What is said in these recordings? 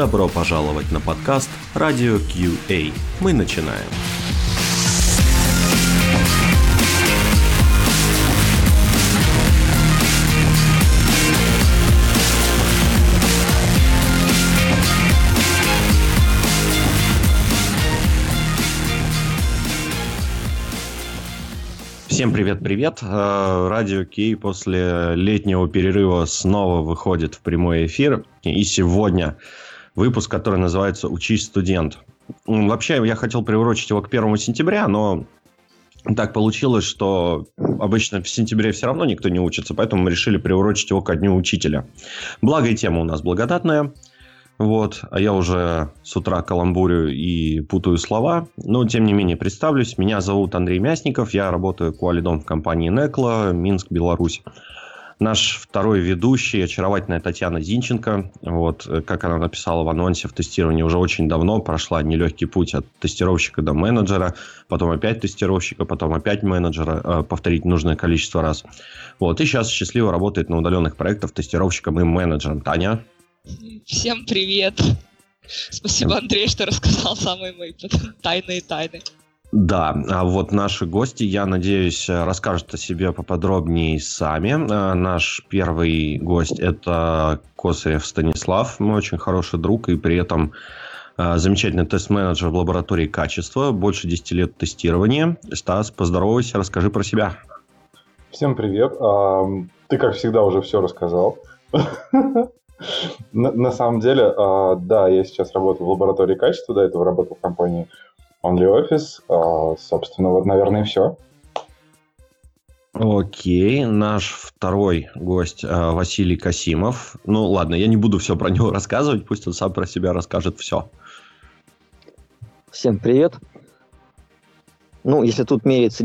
Добро пожаловать на подкаст Radio QA. Мы начинаем. Всем привет-привет. Радио Кей после летнего перерыва снова выходит в прямой эфир. И сегодня выпуск, который называется «Учись, студент». Вообще, я хотел приурочить его к 1 сентября, но так получилось, что обычно в сентябре все равно никто не учится, поэтому мы решили приурочить его ко Дню Учителя. Благо, и тема у нас благодатная. Вот, а я уже с утра каламбурю и путаю слова. Но, тем не менее, представлюсь. Меня зовут Андрей Мясников. Я работаю куалидом в компании Некла, Минск, Беларусь. Наш второй ведущий, очаровательная Татьяна Зинченко. Вот, как она написала в анонсе, в тестировании уже очень давно прошла нелегкий путь от тестировщика до менеджера. Потом опять тестировщика, потом опять менеджера. Повторить нужное количество раз. Вот, и сейчас счастливо работает на удаленных проектах тестировщиком и менеджером. Таня? Всем привет! Спасибо, Андрей, что рассказал самые мои тайные тайны. Да, а вот наши гости, я надеюсь, расскажут о себе поподробнее сами. Наш первый гость – это Косарев Станислав, мой очень хороший друг и при этом замечательный тест-менеджер в лаборатории качества, больше 10 лет тестирования. Стас, поздоровайся, расскажи про себя. Всем привет. Ты, как всегда, уже все рассказал. На самом деле, да, я сейчас работаю в лаборатории качества, до этого работал в компании OnlyOffice. Собственно, вот, наверное, и все. Окей, наш второй гость Василий Касимов. Ну, ладно, я не буду все про него рассказывать, пусть он сам про себя расскажет все. Всем привет. Ну, если тут меряется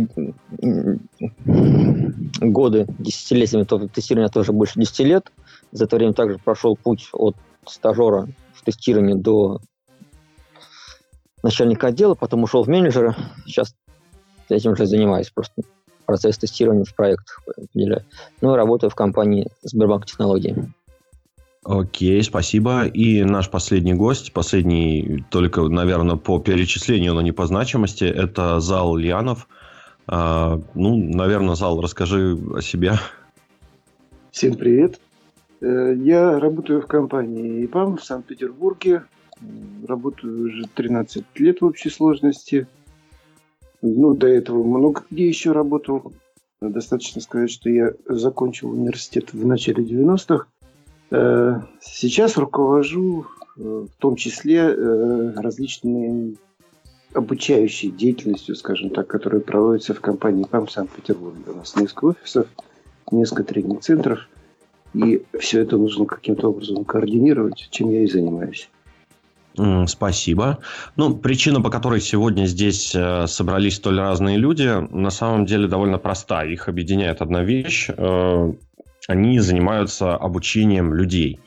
годы десятилетиями, то тестирование тоже больше 10 лет. За это время также прошел путь от стажера в тестировании до начальника отдела, потом ушел в менеджера. Сейчас этим уже занимаюсь, просто процесс тестирования в проектах определяю. Ну и работаю в компании Сбербанк Технологии. Окей, спасибо. И наш последний гость, последний только, наверное, по перечислению, но не по значимости, это Зал Ильянов. Наверное, Зал, расскажи о себе. Всем привет. Я работаю в компании ИПАМ в Санкт-Петербурге. Работаю уже 13 лет в общей сложности. До этого много где еще работал. Достаточно сказать, что я закончил университет в начале 90-х. Сейчас руковожу в том числе различными обучающей деятельностью, скажем так, которая проводится в компании ИПАМ в Санкт-Петербурге. У нас несколько офисов, несколько тренинг-центров. И все это нужно каким-то образом координировать, чем я и занимаюсь. Спасибо. Причина, по которой сегодня здесь собрались столь разные люди, на самом деле довольно проста. Их объединяет одна вещь. Они занимаются обучением людей.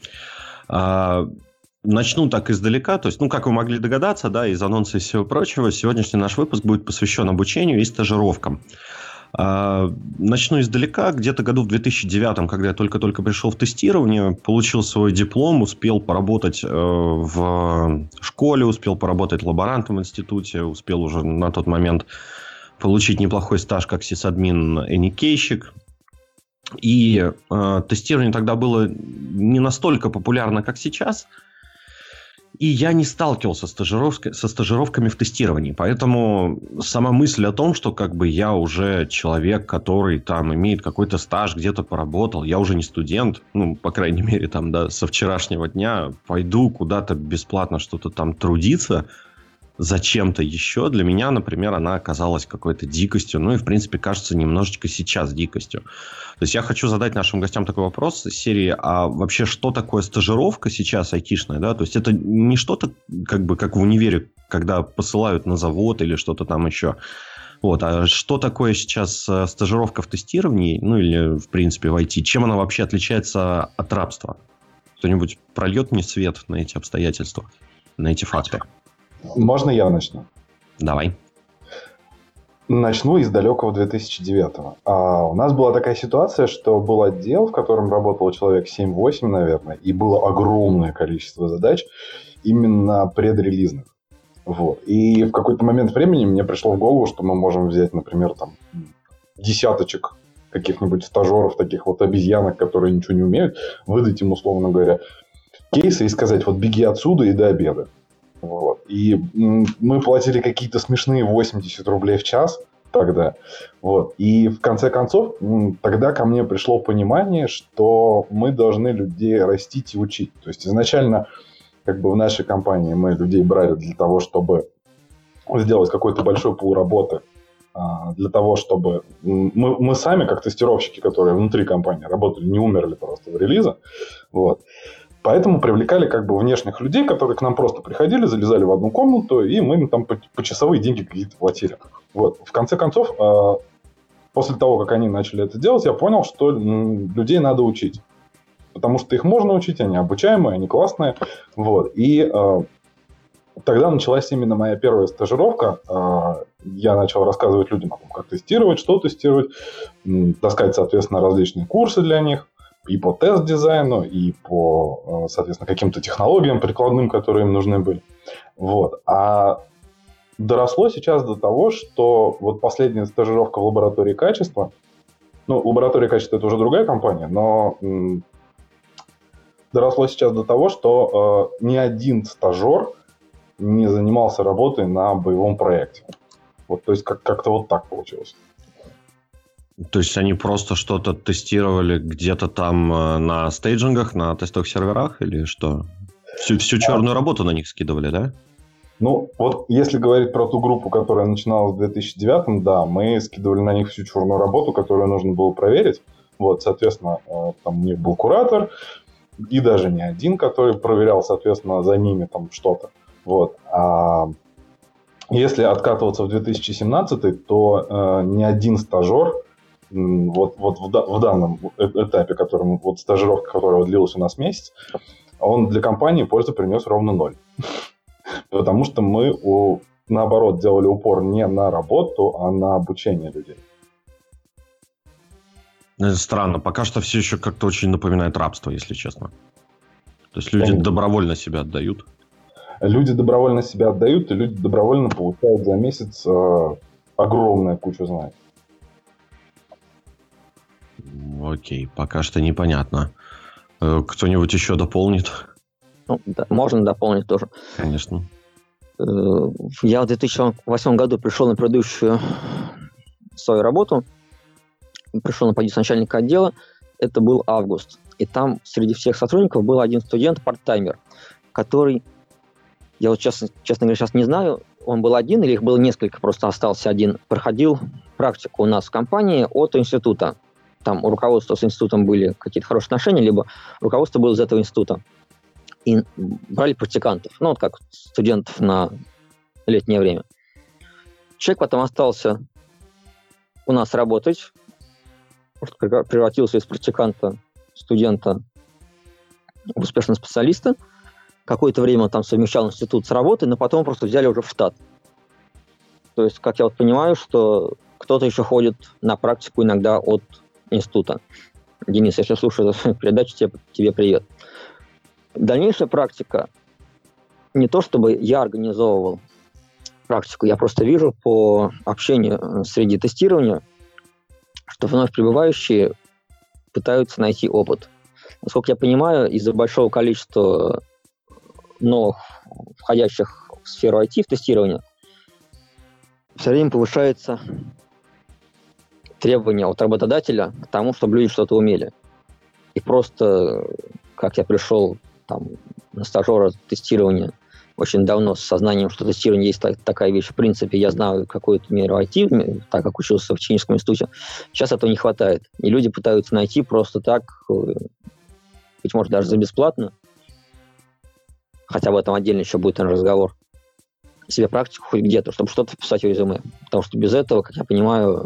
Начну так издалека. То есть, как вы могли догадаться, да, из анонса и всего прочего, сегодняшний наш выпуск будет посвящен обучению и стажировкам. Начну издалека. Где-то году в 2009, когда я только-только пришел в тестирование, получил свой диплом, успел поработать в школе, успел поработать лаборантом в институте, успел уже на тот момент получить неплохой стаж как сисадмин-эникейщик. И тестирование тогда было не настолько популярно, как сейчас. И я не сталкивался со стажировками в тестировании. Поэтому сама мысль о том, что я уже человек, который там имеет какой-то стаж, где-то поработал, я уже не студент, по крайней мере, со вчерашнего дня пойду куда-то бесплатно что-то там трудиться зачем-то еще, для меня, например, она оказалась какой-то дикостью. И, в принципе, кажется немножечко сейчас дикостью. То есть, я хочу задать нашим гостям такой вопрос из серии, а вообще, что такое стажировка сейчас айтишная, да? То есть, это не что-то, как в универе, когда посылают на завод или что-то там еще. Вот. А что такое сейчас стажировка в тестировании, или, в принципе, в IT? Чем она вообще отличается от рабства? Кто-нибудь прольет мне свет на эти обстоятельства, на эти факты? Можно я начну? Давай. Начну из далекого 2009-го. У нас была такая ситуация, что был отдел, в котором работало человек 7-8, наверное, и было огромное количество задач. именно предрелизных. Вот. И в какой-то момент времени мне пришло в голову, что мы можем взять, например, там, десяточек каких-нибудь стажеров, таких вот обезьянок, которые ничего не умеют, выдать им, условно говоря, кейсы и сказать, вот беги отсюда и до обеда. Вот. И мы платили какие-то смешные 80 рублей в час тогда. Вот. И в конце концов, тогда ко мне пришло понимание, что мы должны людей растить и учить. То есть изначально как бы в нашей компании мы людей брали для того, чтобы сделать какой-то большой пул работы, для того, чтобы мы сами, как тестировщики, которые внутри компании работали, не умерли просто в релиза. Вот. Поэтому привлекали как бы внешних людей, которые к нам просто приходили, залезали в одну комнату, и мы им там почасовые деньги какие-то платили. Вот. В конце концов, после того, как они начали это делать, я понял, что людей надо учить. Потому что их можно учить, они обучаемые, они классные. Вот. И тогда началась именно моя первая стажировка. Я начал рассказывать людям о том, как тестировать, что тестировать, таскать, соответственно, различные курсы для них. И по тест-дизайну, и по, соответственно, каким-то технологиям прикладным, которые им нужны были. Вот. А доросло сейчас до того, что вот последняя стажировка в лаборатории качества, лаборатория качества – это уже другая компания, но доросло сейчас до того, что ни один стажер не занимался работой на боевом проекте. Вот, то есть как-то вот так получилось. То есть они просто что-то тестировали где-то там на стейджингах, на тестовых серверах или что? Всю черную работу на них скидывали, да? Ну, вот если говорить про ту группу, которая начиналась в 2009-м, да, мы скидывали на них всю черную работу, которую нужно было проверить. Вот, соответственно, там у них был куратор, и даже не один, который проверял, соответственно, за ними там что-то. Вот. А если откатываться в 2017, то ни один стажер вот в данном этапе, вот стажировка, которая длилась у нас месяц, он для компании пользу принес ровно 0. Потому что мы, наоборот, делали упор не на работу, а на обучение людей. Это странно. Пока что все еще как-то очень напоминает рабство, если честно. То есть люди добровольно себя отдают. Люди добровольно себя отдают, и люди добровольно получают за месяц огромную кучу знаний. Окей, пока что непонятно. Кто-нибудь еще дополнит? Да, можно дополнить тоже. Конечно. Я в 2008 году пришел на предыдущую свою работу. Пришел на позицию начальника отдела. Это был август. И там среди всех сотрудников был один студент, парт-таймер, который, я вот честно говоря, сейчас не знаю, он был один или их было несколько, просто остался один, проходил практику у нас в компании от института. Там у руководства с институтом были какие-то хорошие отношения, либо руководство было из этого института. И брали практикантов, вот как студентов на летнее время. Человек потом остался у нас работать, превратился из практиканта, студента в успешного специалиста. Какое-то время он там совмещал институт с работой, но потом просто взяли уже в штат. То есть, как я вот понимаю, что кто-то еще ходит на практику иногда от института. Денис, если слушаешь эту передачу, тебе привет. Дальнейшая практика, не то чтобы я организовывал практику, я просто вижу по общению среди тестирования, что вновь прибывающие пытаются найти опыт. Насколько я понимаю, из-за большого количества новых входящих в сферу IT в тестирование все время повышается требования от работодателя к тому, чтобы люди что-то умели. И просто, как я пришел там, на стажера тестирования очень давно с сознанием, что тестирование есть такая вещь, в принципе, я знаю какую-то меру IT, так как учился в техническом институте, сейчас этого не хватает. И люди пытаются найти просто так, быть может, даже за бесплатно, хотя об этом отдельно еще будет разговор, себе практику хоть где-то, чтобы что-то вписать в резюме. Потому что без этого, как я понимаю,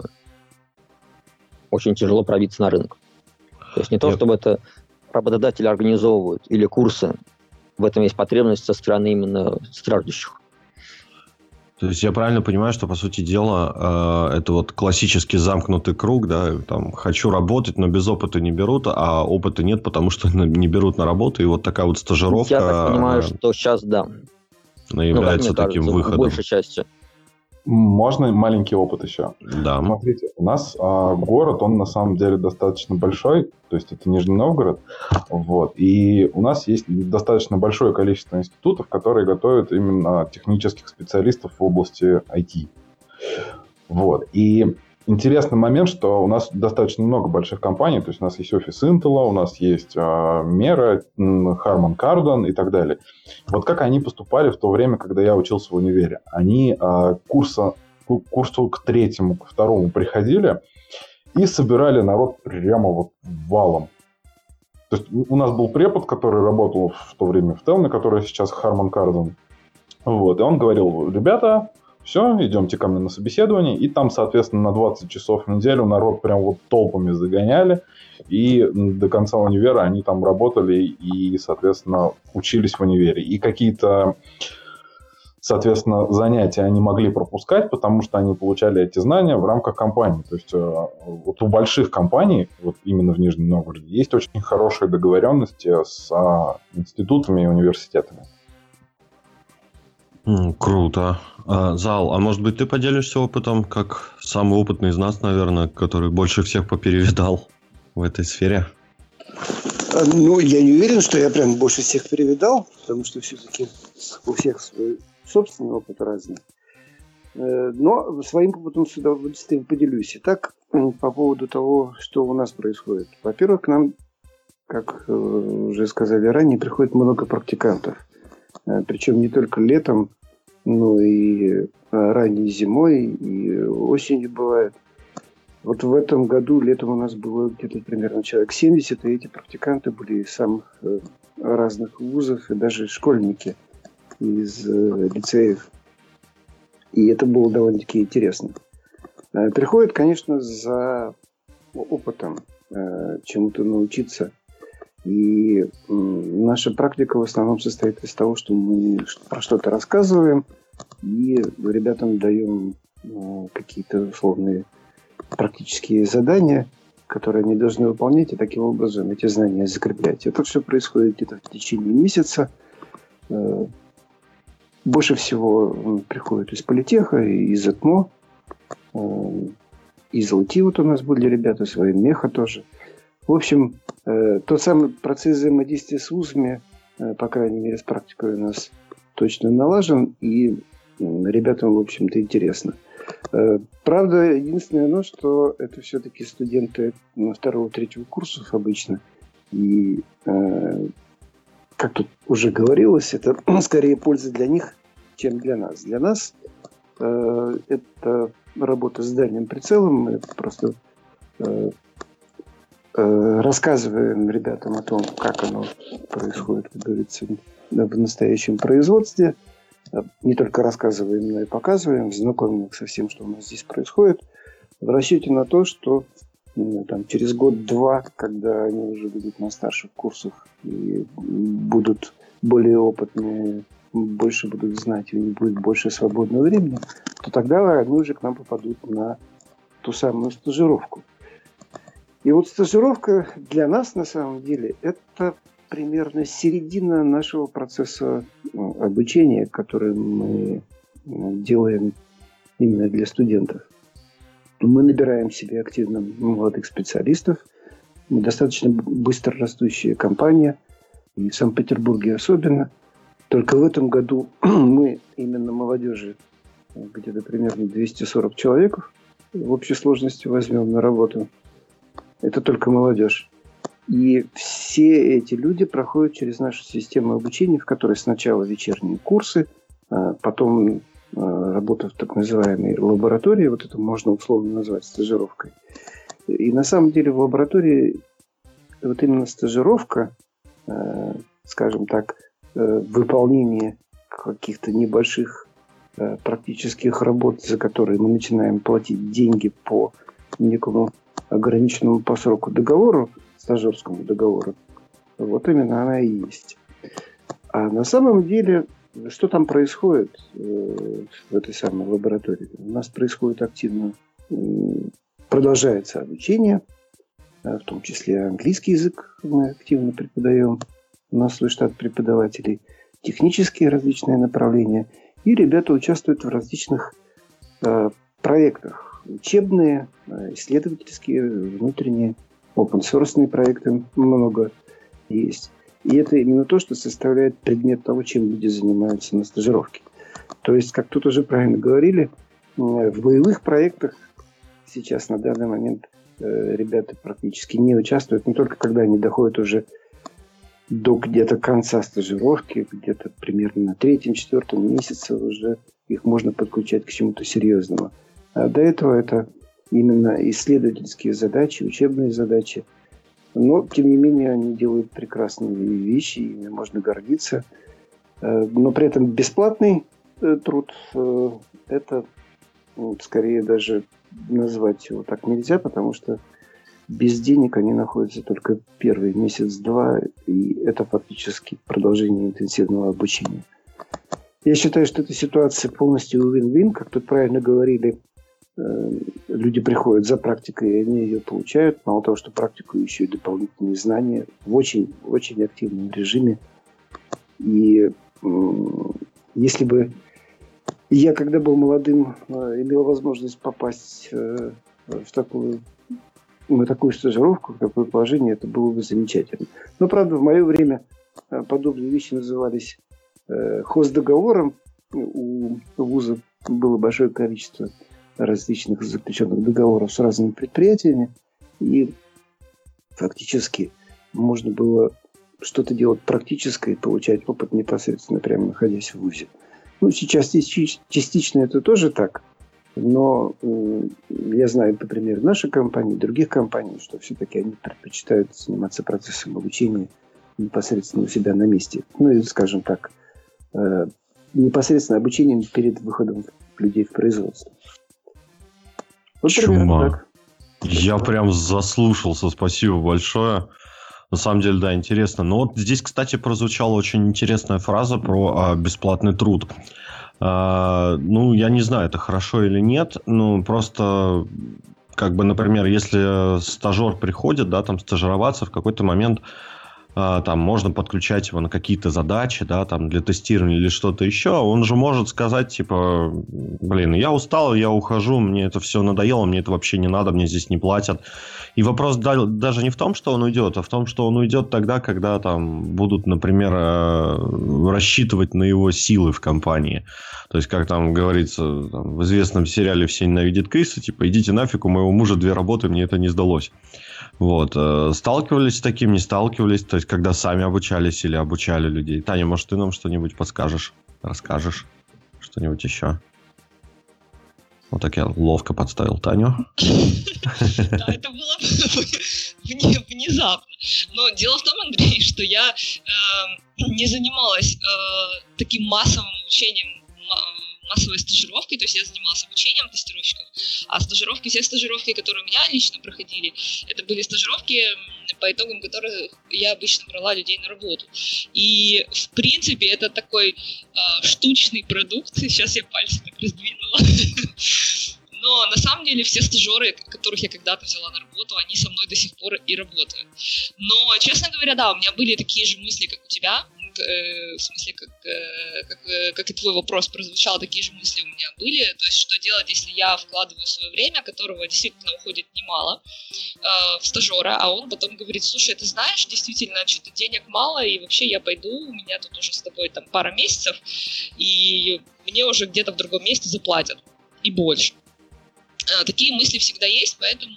очень тяжело пробиться на рынок. То есть не то, чтобы это работодатели организовывают или курсы. В этом есть потребность со стороны именно страждущих. То есть я правильно понимаю, что, по сути дела, это вот классический замкнутый круг, да, там, хочу работать, но без опыта не берут, а опыта нет, потому что не берут на работу, и вот такая вот стажировка... Я так понимаю, что сейчас, да. Она является таким выходом. Большей части. Можно маленький опыт еще? Да. Смотрите, у нас город, он на самом деле достаточно большой, то есть это Нижний Новгород, вот, и у нас есть достаточно большое количество институтов, которые готовят именно технических специалистов в области IT. Вот, и интересный момент, что у нас достаточно много больших компаний, то есть у нас есть офис Intel, у нас есть Mera, Harman Kardon и так далее. Вот как они поступали в то время, когда я учился в универе? Они курсу к 3-му, к 2-му приходили и собирали народ прямо вот валом. То есть у нас был препод, который работал в то время в Телме, который сейчас Harman Kardon. Вот, и он говорил: ребята, все, идемте ко мне на собеседование. И там, соответственно, на 20 часов в неделю народ прям вот толпами загоняли. И до конца универа они там работали и, соответственно, учились в универе. И какие-то, соответственно, занятия они могли пропускать, потому что они получали эти знания в рамках компании. То есть вот у больших компаний, вот именно в Нижнем Новгороде, есть очень хорошие договоренности с институтами и университетами. Круто. Зал, а может быть, ты поделишься опытом, как самый опытный из нас, наверное, который больше всех поперевидал в этой сфере? Ну, я не уверен, что я прям больше всех перевидал, потому что все-таки у всех свой собственный опыт разный. Но своим опытом с удовольствием поделюсь. Итак, по поводу того, что у нас происходит. Во-первых, к нам, как уже сказали ранее, приходит много практикантов. Причем не только летом, но и ранней зимой, и осенью бывает. Вот в этом году летом у нас было где-то примерно человек 70, и эти практиканты были из самых разных вузов, и даже школьники из лицеев. И это было довольно-таки интересно. Приходят, конечно, за опытом чему-то научиться. И наша практика в основном состоит из того, что мы про что-то рассказываем и ребятам даем какие-то условные практические задания, которые они должны выполнять, и таким образом эти знания закреплять. Это все происходит где-то в течение месяца. Больше всего приходят из политеха, из ЭТМО, из ЛТИ вот у нас были ребята, свои меха тоже. В общем, тот самый процесс взаимодействия с вузами, по крайней мере, с практикой у нас точно налажен, и ребятам, в общем-то, интересно. Правда, единственное, что это все-таки студенты 2-3 курсов обычно, и, как тут уже говорилось, это скорее польза для них, чем для нас. Для нас это работа с дальним прицелом, мы просто рассказываем ребятам о том, как оно происходит, как говорится, в настоящем производстве. Не только рассказываем, но и показываем, знакомим их со всем, что у нас здесь происходит, в расчете на то, что там, через год-два, когда они уже будут на старших курсах и будут более опытные, больше будут знать, и у них будет больше свободного времени, то тогда они уже к нам попадут на ту самую стажировку. И вот стажировка для нас, на самом деле, это примерно середина нашего процесса обучения, который мы делаем именно для студентов. Мы набираем себе активно молодых специалистов. Мы достаточно быстро растущая компания, и в Санкт-Петербурге особенно. Только в этом году мы именно молодежи где-то примерно 240 человек в общей сложности возьмем на работу. Это только молодежь. И все эти люди проходят через нашу систему обучения, в которой сначала вечерние курсы, потом работа в так называемой лаборатории, вот это можно условно назвать стажировкой. И на самом деле в лаборатории вот именно стажировка, скажем так, выполнение каких-то небольших практических работ, за которые мы начинаем платить деньги по некому ограниченному по сроку договору, стажерскому договору, вот именно она и есть. А на самом деле Что там происходит в этой самой лаборатории? У нас происходит активно, продолжается обучение, в том числе английский язык мы активно преподаем. У нас свой штат преподавателей, технические различные направления. И ребята участвуют в различных проектах. Учебные, исследовательские, внутренние, open-source проекты много есть. И это именно то, что составляет предмет того, чем люди занимаются на стажировке. То есть, как тут уже правильно говорили, в боевых проектах сейчас на данный момент ребята практически не участвуют, но только когда они доходят уже до где-то конца стажировки, где-то примерно на 3-4 месяце уже их можно подключать к чему-то серьезному. А до этого это именно исследовательские задачи, учебные задачи. Но, тем не менее, они делают прекрасные вещи, ими можно гордиться. Но при этом бесплатный труд – это скорее даже назвать его так нельзя, потому что без денег они находятся только первый месяц-два, и это фактически продолжение интенсивного обучения. Я считаю, что эта ситуация полностью win-win. Как тут правильно говорили, люди приходят за практикой, и они ее получают. Мало того, что практику, еще и дополнительные знания в очень активном режиме. И если бы я, когда был молодым, имел возможность попасть на такую стажировку, в такое положение, это было бы замечательно. Но, правда, в мое время подобные вещи назывались хоздоговором. У вуза было большое количество различных заключенных договоров с разными предприятиями, и фактически можно было что-то делать практическое и получать опыт непосредственно прямо находясь в вузе. Ну, сейчас частично это тоже так, но я знаю, например, нашей компании, других компаний, что все-таки они предпочитают заниматься процессом обучения непосредственно у себя на месте. Ну, или, скажем так, непосредственно обучением перед выходом людей в производство. Вот Чума. Я прям заслушался. Спасибо большое. На самом деле, да, интересно. Но вот здесь, кстати, прозвучала очень интересная фраза про бесплатный труд. Ну, я не знаю, это хорошо или нет. Ну, просто, как бы, например, если стажер приходит, да, там, стажироваться, в какой-то момент там можно подключать его на какие-то задачи, да, там, для тестирования или что-то еще. Он же может сказать, типа, блин, я устал, я ухожу, мне это все надоело, мне это вообще не надо, мне здесь не платят. И вопрос даже не в том, что он уйдет, а в том, что он уйдет тогда, когда там будут, например, рассчитывать на его силы в компании. То есть, как там говорится там, в известном сериале «Все ненавидят Криса», типа, идите нафиг, у моего мужа 2 работы, мне это не сдалось. Вот. Сталкивались с таким, не сталкивались? То есть, когда сами обучались или обучали людей? Таня, может, ты нам что-нибудь подскажешь? Расскажешь? Что-нибудь еще? Вот так я ловко подставил Таню. Да, это было внезапно. Но дело в том, Андрей, что я не занималась таким массовым обучением, массовой стажировкой, то есть я занималась обучением тестировщиков, а стажировки, все стажировки, которые у меня лично проходили, это были стажировки, по итогам которых я обычно брала людей на работу. И, в принципе, это такой штучный продукт, сейчас я пальцы так раздвинула, но на самом деле все стажеры, которых я когда-то взяла на работу, они со мной до сих пор и работают. Но, честно говоря, да, у меня были такие же мысли, как у тебя, в смысле, как и твой вопрос прозвучал, такие же мысли у меня были. То есть, что делать, если я вкладываю свое время, которого действительно уходит немало, в стажера, а он потом говорит: слушай, ты знаешь, действительно, что-то денег мало, и вообще я пойду, у меня тут уже с тобой там пара месяцев, и мне уже где-то в другом месте заплатят, и больше. Такие мысли всегда есть, поэтому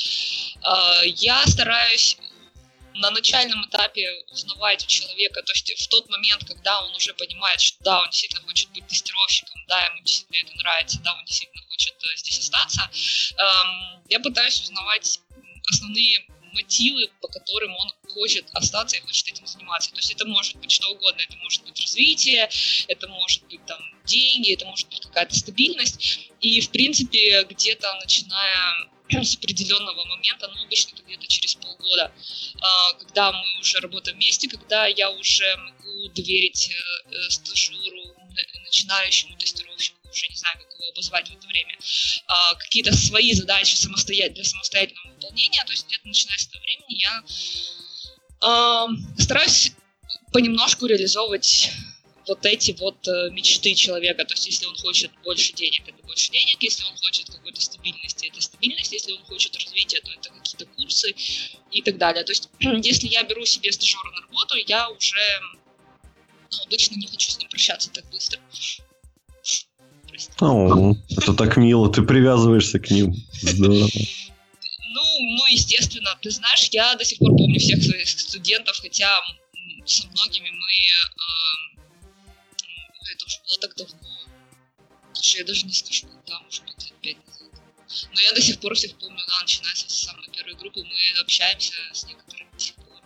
я стараюсь на начальном этапе узнавать у человека, то есть в тот момент, когда он уже понимает, что да, он действительно хочет быть тестировщиком, да, ему действительно это нравится, да, он действительно хочет здесь остаться, я пытаюсь узнавать основные мотивы, по которым он хочет остаться и хочет этим заниматься. То есть это может быть что угодно, это может быть развитие, это может быть там деньги, это может быть какая-то стабильность. И в принципе где-то начиная с определенного момента, ну обычно это где-то через полгода, когда мы уже работаем вместе, когда я уже могу доверить стажеру начинающему тестировщику, уже не знаю, как его обозвать в это время, какие-то свои задачи для самостоятельного выполнения, то есть где-то начиная с этого времени я стараюсь понемножку реализовывать вот эти вот мечты человека. То есть, если он хочет больше денег, это больше денег. Если он хочет какой-то стабильности, это стабильность. Если он хочет развития, то это какие-то курсы и так далее. То есть, если я беру себе стажера на работу, я уже обычно не хочу с ним прощаться так быстро. О, это так мило, ты привязываешься к ним. Здорово. Ну, естественно, ты знаешь, я до сих пор помню всех своих студентов, хотя со многими это уже было так давно. Слушай, я даже не скажу, когда, может быть, лет 5 назад. Но я до сих пор всех помню, да, начиная с самой первой группы, мы общаемся с некоторыми до сих пор.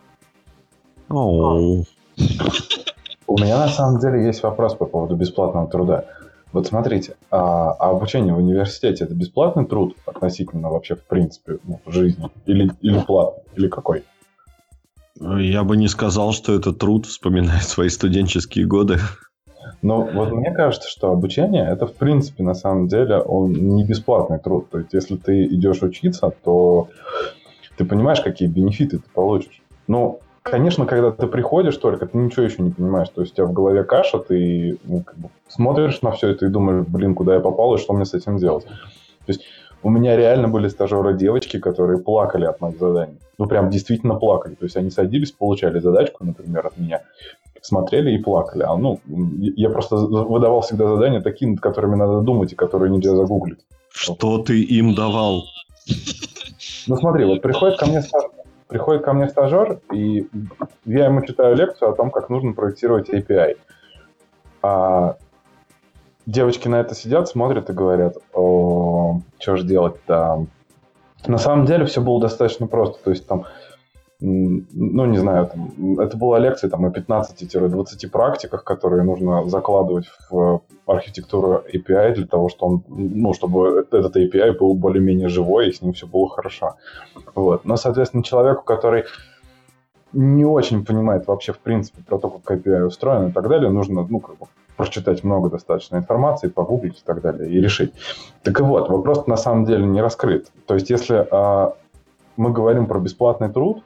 У меня на самом деле есть вопрос по поводу бесплатного труда. Вот смотрите, а обучение в университете — это бесплатный труд относительно вообще в принципе в жизни? Или платный? Или какой? Я бы не сказал, что это труд, вспоминая свои студенческие годы. Но вот мне кажется, что обучение — это в принципе на самом деле он не бесплатный труд. То есть если ты идешь учиться, то ты понимаешь, какие бенефиты ты получишь. Ну, конечно, когда ты приходишь только, ты ничего еще не понимаешь. То есть у тебя в голове каша, ты смотришь на все это и думаешь, блин, куда я попал и что мне с этим делать. То есть у меня реально были стажеры-девочки, которые плакали от моих заданий. Ну, прям действительно плакали. То есть они садились, получали задачку, например, от меня, смотрели и плакали. Я просто выдавал всегда задания такие, над которыми надо думать и которые нельзя загуглить. Что ты им давал? Ну, смотри, вот приходит ко мне стажер, и я ему читаю лекцию о том, как нужно проектировать API. А девочки на это сидят, смотрят и говорят, что же делать-то? На самом деле все было достаточно просто. То есть там, ну, не знаю, это была лекция о 15-20 практиках, которые нужно закладывать в архитектуру API для того, чтобы этот API был более-менее живой, и с ним все было хорошо. Вот. Но, соответственно, человеку, который не очень понимает вообще, в принципе, про то, как API устроен и так далее, нужно, прочитать много достаточно информации, погуглить и так далее, и решить. Так и вот, вопрос на самом деле не раскрыт. То есть, если мы говорим про бесплатный труд,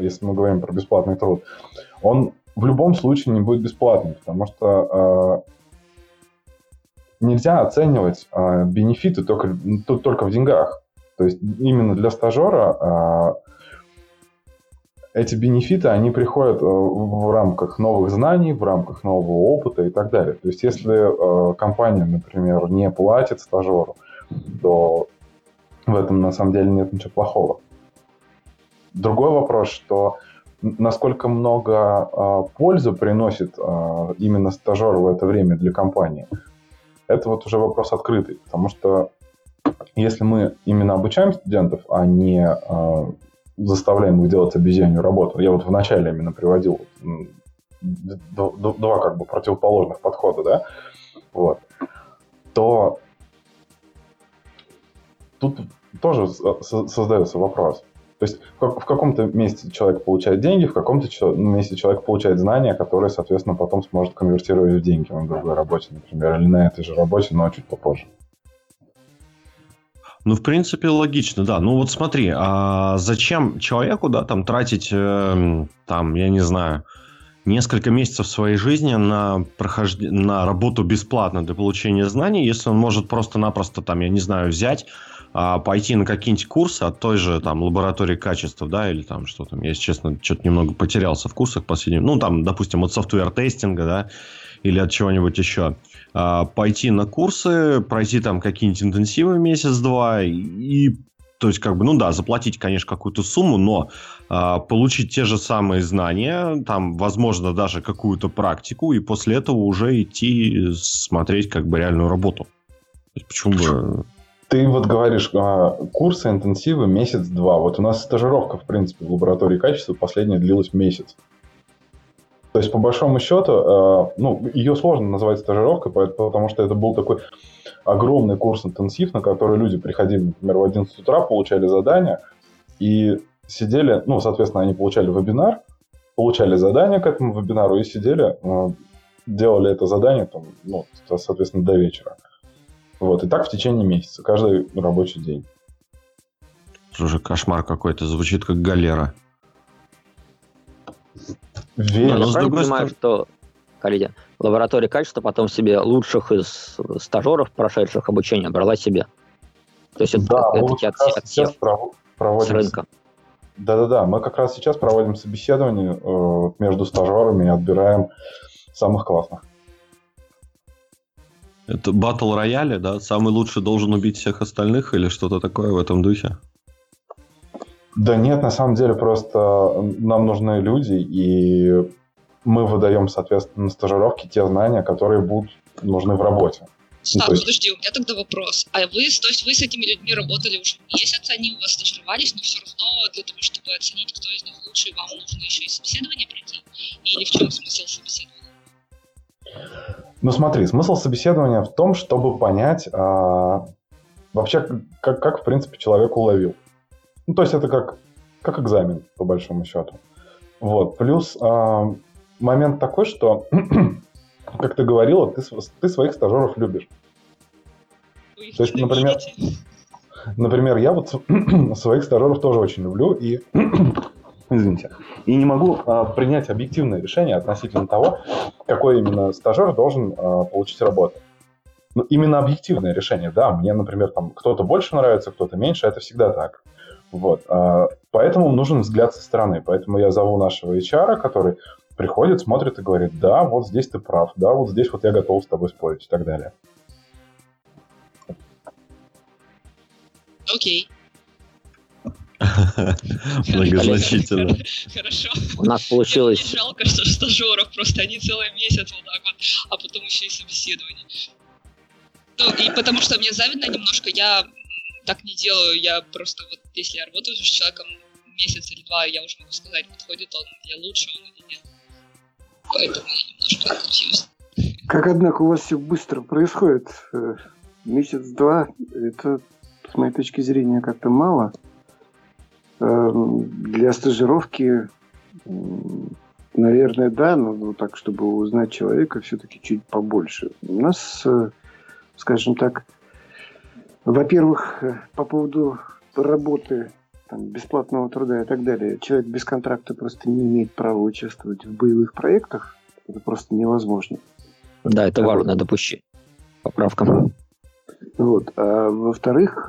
он в любом случае не будет бесплатным, потому что нельзя оценивать бенефиты только в деньгах. То есть именно для стажера эти бенефиты, они приходят в рамках новых знаний, в рамках нового опыта и так далее. То есть если компания, например, не платит стажеру, то в этом на самом деле нет ничего плохого. Другой вопрос, что насколько много пользы приносит именно стажер в это время для компании, это вот уже вопрос открытый. Потому что если мы именно обучаем студентов, а не заставляем их делать обезьянью работу, я вот вначале именно приводил два противоположных подхода, да, вот, то тут тоже создается вопрос. То есть в каком-то месте человек получает деньги, в каком-то месте человек получает знания, которые, соответственно, потом сможет конвертировать в деньги на другой работе, например, или на этой же работе, но чуть попозже. Ну, в принципе, логично, да. Ну, вот смотри, а зачем человеку, да, тратить, я не знаю, несколько месяцев своей жизни на работу бесплатно для получения знаний, если он может просто-напросто, я не знаю, взять, пойти на какие-нибудь курсы от той же лаборатории качества, да, или что там, я, если честно, что-то немного потерялся в курсах последним, допустим, от софтвер-тестинга, да, или от чего-нибудь еще. Пойти на курсы, пройти какие-нибудь интенсивы месяц-два и, то есть, заплатить, конечно, какую-то сумму, но получить те же самые знания, возможно, даже какую-то практику, и после этого уже идти смотреть реальную работу. То есть, почему бы... Ты вот говоришь, курсы, интенсивы месяц-два. Вот у нас стажировка, в принципе, в лаборатории качества последняя длилась месяц. То есть, по большому счету, ее сложно назвать стажировкой, потому что это был такой огромный курс-интенсив, на который люди приходили, например, в 11 утра, получали задания и сидели, соответственно, они получали вебинар, получали задания к этому вебинару и сидели делали это задание, там, соответственно, до вечера. Вот, и так в течение месяца, каждый рабочий день. Слушай, кошмар какой-то, звучит как галера. Я правильно понимаю, что, коллеги, лаборатория качества потом себе лучших из стажеров, прошедших обучение, брала себе? То есть это отсев с рынка? Да-да-да, мы как раз сейчас проводим собеседование между стажерами и отбираем самых классных. Это батл рояли, да? Самый лучший должен убить всех остальных или что-то такое в этом духе? Да нет, на самом деле просто нам нужны люди, и мы выдаем, соответственно, на стажировки те знания, которые будут нужны в работе. Так, подожди, у меня тогда вопрос. А вы с этими людьми работали уже месяц, они у вас стажировались, но все равно для того, чтобы оценить, кто из них лучший, вам нужно еще и собеседование пройти? Или в чем смысл собеседования? Ну смотри, смысл собеседования в том, чтобы понять вообще, как в принципе человек уловил. Ну, то есть это как экзамен, по большому счету. Вот. Плюс момент такой, что, как ты говорила, ты своих стажеров любишь. Вы их То есть, ненавидите? например, я вот своих стажеров тоже очень люблю и, извините, и не могу принять объективное решение относительно того, какой именно стажер должен получить работу. Ну, именно объективное решение, да. Мне, например, там кто-то больше нравится, кто-то меньше, это всегда так. Вот. Поэтому нужен взгляд со стороны. Поэтому я зову нашего HR, который приходит, смотрит и говорит: да, вот здесь ты прав, да, вот здесь вот я готов с тобой спорить и так далее. Окей. Многозначительно. Хорошо. У нас получилось... Мне жалко, что стажеров, просто они целый месяц вот так вот, а потом еще и собеседование. Ну, и потому что мне завидно немножко, я так не делаю, я просто вот, если я работаю с человеком месяц или два, я уже могу сказать, подходит он для лучшего или нет. Поэтому я немножко confused. Как, однако, у вас все быстро происходит. Месяц-два, это, с моей точки зрения, как-то мало. Для стажировки, наверное, да, но так, чтобы узнать человека, все-таки чуть побольше. У нас, скажем так, во-первых, по поводу работы, там, бесплатного труда и так далее, человек без контракта просто не имеет права участвовать в боевых проектах. Это просто невозможно. Да, это важное допущение. Поправка. Вот. А во-вторых,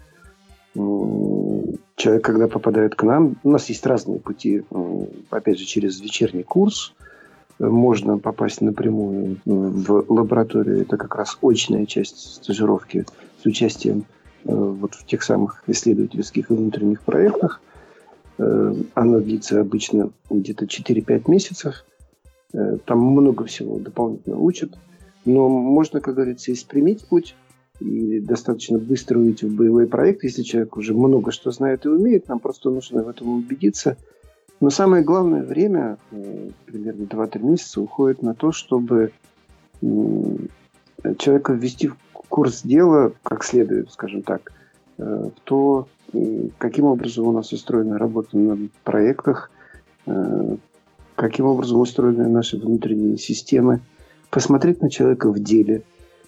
человек, когда попадает к нам, у нас есть разные пути. Опять же, через вечерний курс можно попасть напрямую в лабораторию. Это как раз очная часть стажировки с участием вот в тех самых исследовательских и внутренних проектах. Оно длится обычно где-то 4-5 месяцев. Там много всего дополнительно учат. Но можно, как говорится, испрямить путь и достаточно быстро уйти в боевой проект, если человек уже много что знает и умеет. Нам просто нужно в этом убедиться. Но самое главное время, примерно 2-3 месяца, уходит на то, чтобы человека ввести в курс дела как следует, скажем так, в то, каким образом у нас устроена работа на проектах, каким образом устроены наши внутренние системы, посмотреть на человека в деле,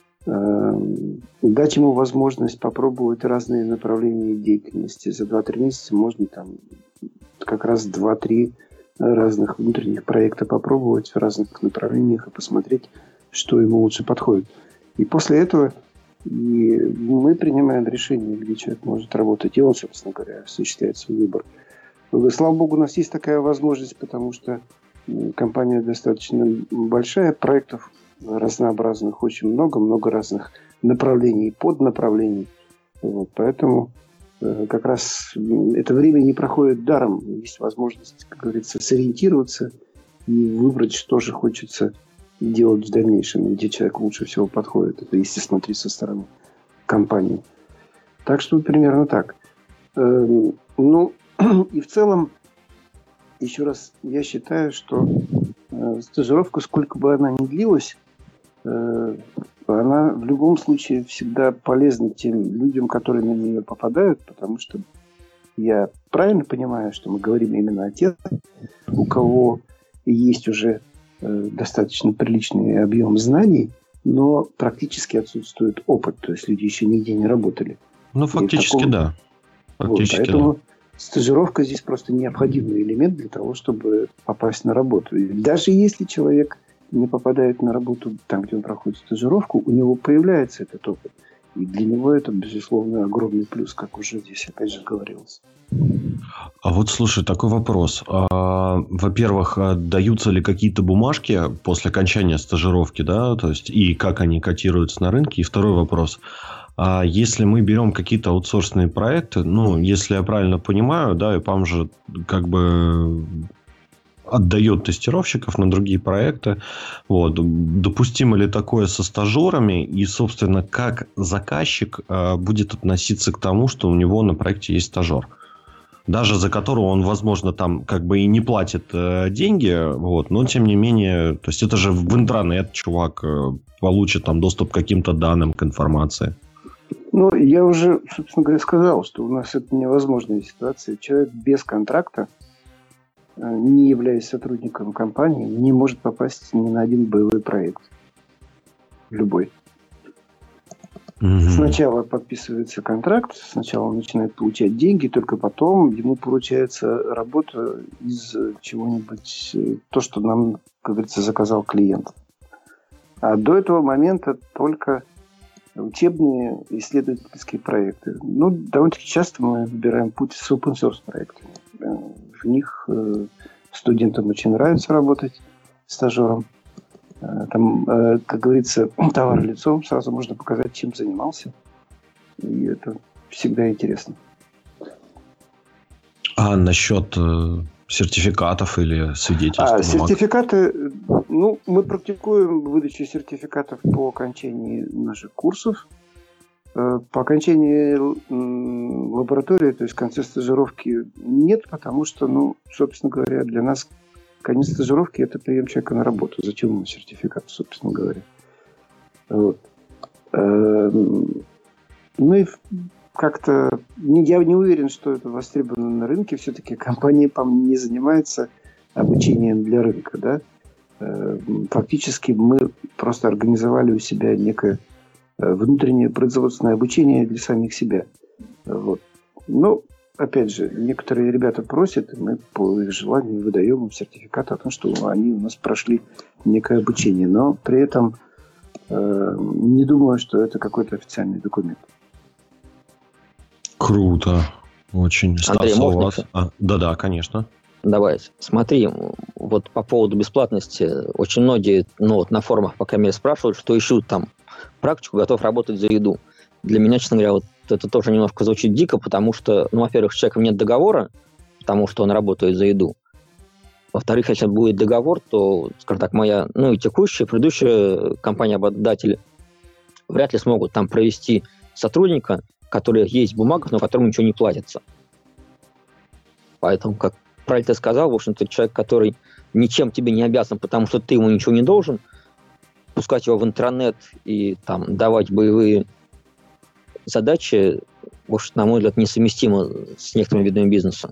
дать ему возможность попробовать разные направления деятельности. За 2-3 месяца можно там как раз 2-3 разных внутренних проекта попробовать в разных направлениях и посмотреть, что ему лучше подходит. И после этого мы принимаем решение, где человек может работать, и он, собственно говоря, осуществляет свой выбор. Слава богу, у нас есть такая возможность, потому что компания достаточно большая, проектов разнообразных очень много разных направлений, поднаправлений. Вот, поэтому как раз это время не проходит даром. Есть возможность, как говорится, сориентироваться и выбрать, что же хочется делать в дальнейшем, где человек лучше всего подходит. Это если смотреть со стороны компании. Так что примерно так. Ну, и в целом, еще раз, я считаю, что стажировка, сколько бы она ни длилась, она в любом случае всегда полезна тем людям, которые на нее попадают, потому что я правильно понимаю, что мы говорим именно о тех, у кого есть уже достаточно приличный объем знаний, но практически отсутствует опыт, то есть люди еще нигде не работали. Ну, фактически, да. Фактически, вот, поэтому да. стажировка здесь просто необходимый элемент для того, чтобы попасть на работу. И даже если человек не попадает на работу там, где он проходит стажировку, у него появляется этот опыт. И для него это, безусловно, огромный плюс, как уже здесь опять же говорилось. А вот, слушай, такой вопрос. Во-первых, даются ли какие-то бумажки после окончания стажировки, да, то есть и как они котируются на рынке? И второй вопрос. Если мы берем какие-то аутсорсные проекты, ну, если я правильно понимаю, да, ИПАМ же как бы отдает тестировщиков на другие проекты. Вот. Допустимо ли такое со стажерами? И, собственно, как заказчик будет относиться к тому, что у него на проекте есть стажер? Даже за которого он, возможно, там как бы и не платит деньги, вот, но тем не менее, то есть это же в интранет чувак получит там доступ к каким-то данным, к информации. Ну, я уже, собственно говоря, сказал, что у нас это невозможная ситуация. Человек без контракта, не являясь сотрудником компании, не может попасть ни на один боевой проект. Любой. Сначала подписывается контракт, сначала он начинает получать деньги, только потом ему получается работа из чего-нибудь, то, что нам, как говорится, заказал клиент. А до этого момента только учебные исследовательские проекты. Ну, довольно-таки часто мы выбираем путь с open source проектами. В них студентам очень нравится работать, стажером. Там, как говорится, товар лицом, сразу можно показать, чем занимался. И это всегда интересно. А насчет сертификатов или свидетельств? Сертификаты, ну, мы практикуем выдачу сертификатов по окончании наших курсов. По окончании лаборатории, то есть в конце стажировки, нет, потому что, ну, собственно говоря, для нас конец стажировки – это прием человека на работу. Зачем ему сертификат, собственно говоря? Вот. Ну и как-то я не уверен, что это востребовано на рынке. Все-таки компания, по-моему, не занимается обучением для рынка. Да? Фактически мы просто организовали у себя некое внутреннее производственное обучение для самих себя. Вот. Но, опять же, некоторые ребята просят, и мы по их желанию выдаем им сертификат о том, что они у нас прошли некое обучение. Но при этом не думаю, что это какой-то официальный документ. Круто. Очень. Андрей, можно? Да, конечно. Давай, смотри, вот по поводу бесплатности, очень многие, ну вот на форумах пока меня спрашивают, что ищут там практику, готов работать за еду. Для меня, честно говоря, вот это тоже немножко звучит дико, потому что, ну, во-первых, с человеком нет договора, потому что он работает за еду. Во-вторых, если будет договор, то, скажем так, моя, ну и текущая, предыдущая компания-обладатели вряд ли смогут там провести сотрудника, который есть в бумагах, но которому ничего не платится. Поэтому, как правильно ты сказал, в общем-то, человек, который ничем тебе не обязан, потому что ты ему ничего не должен, пускать его в интернет и там давать боевые задачи, в общем, на мой взгляд, несовместимо с некоторыми видами бизнеса.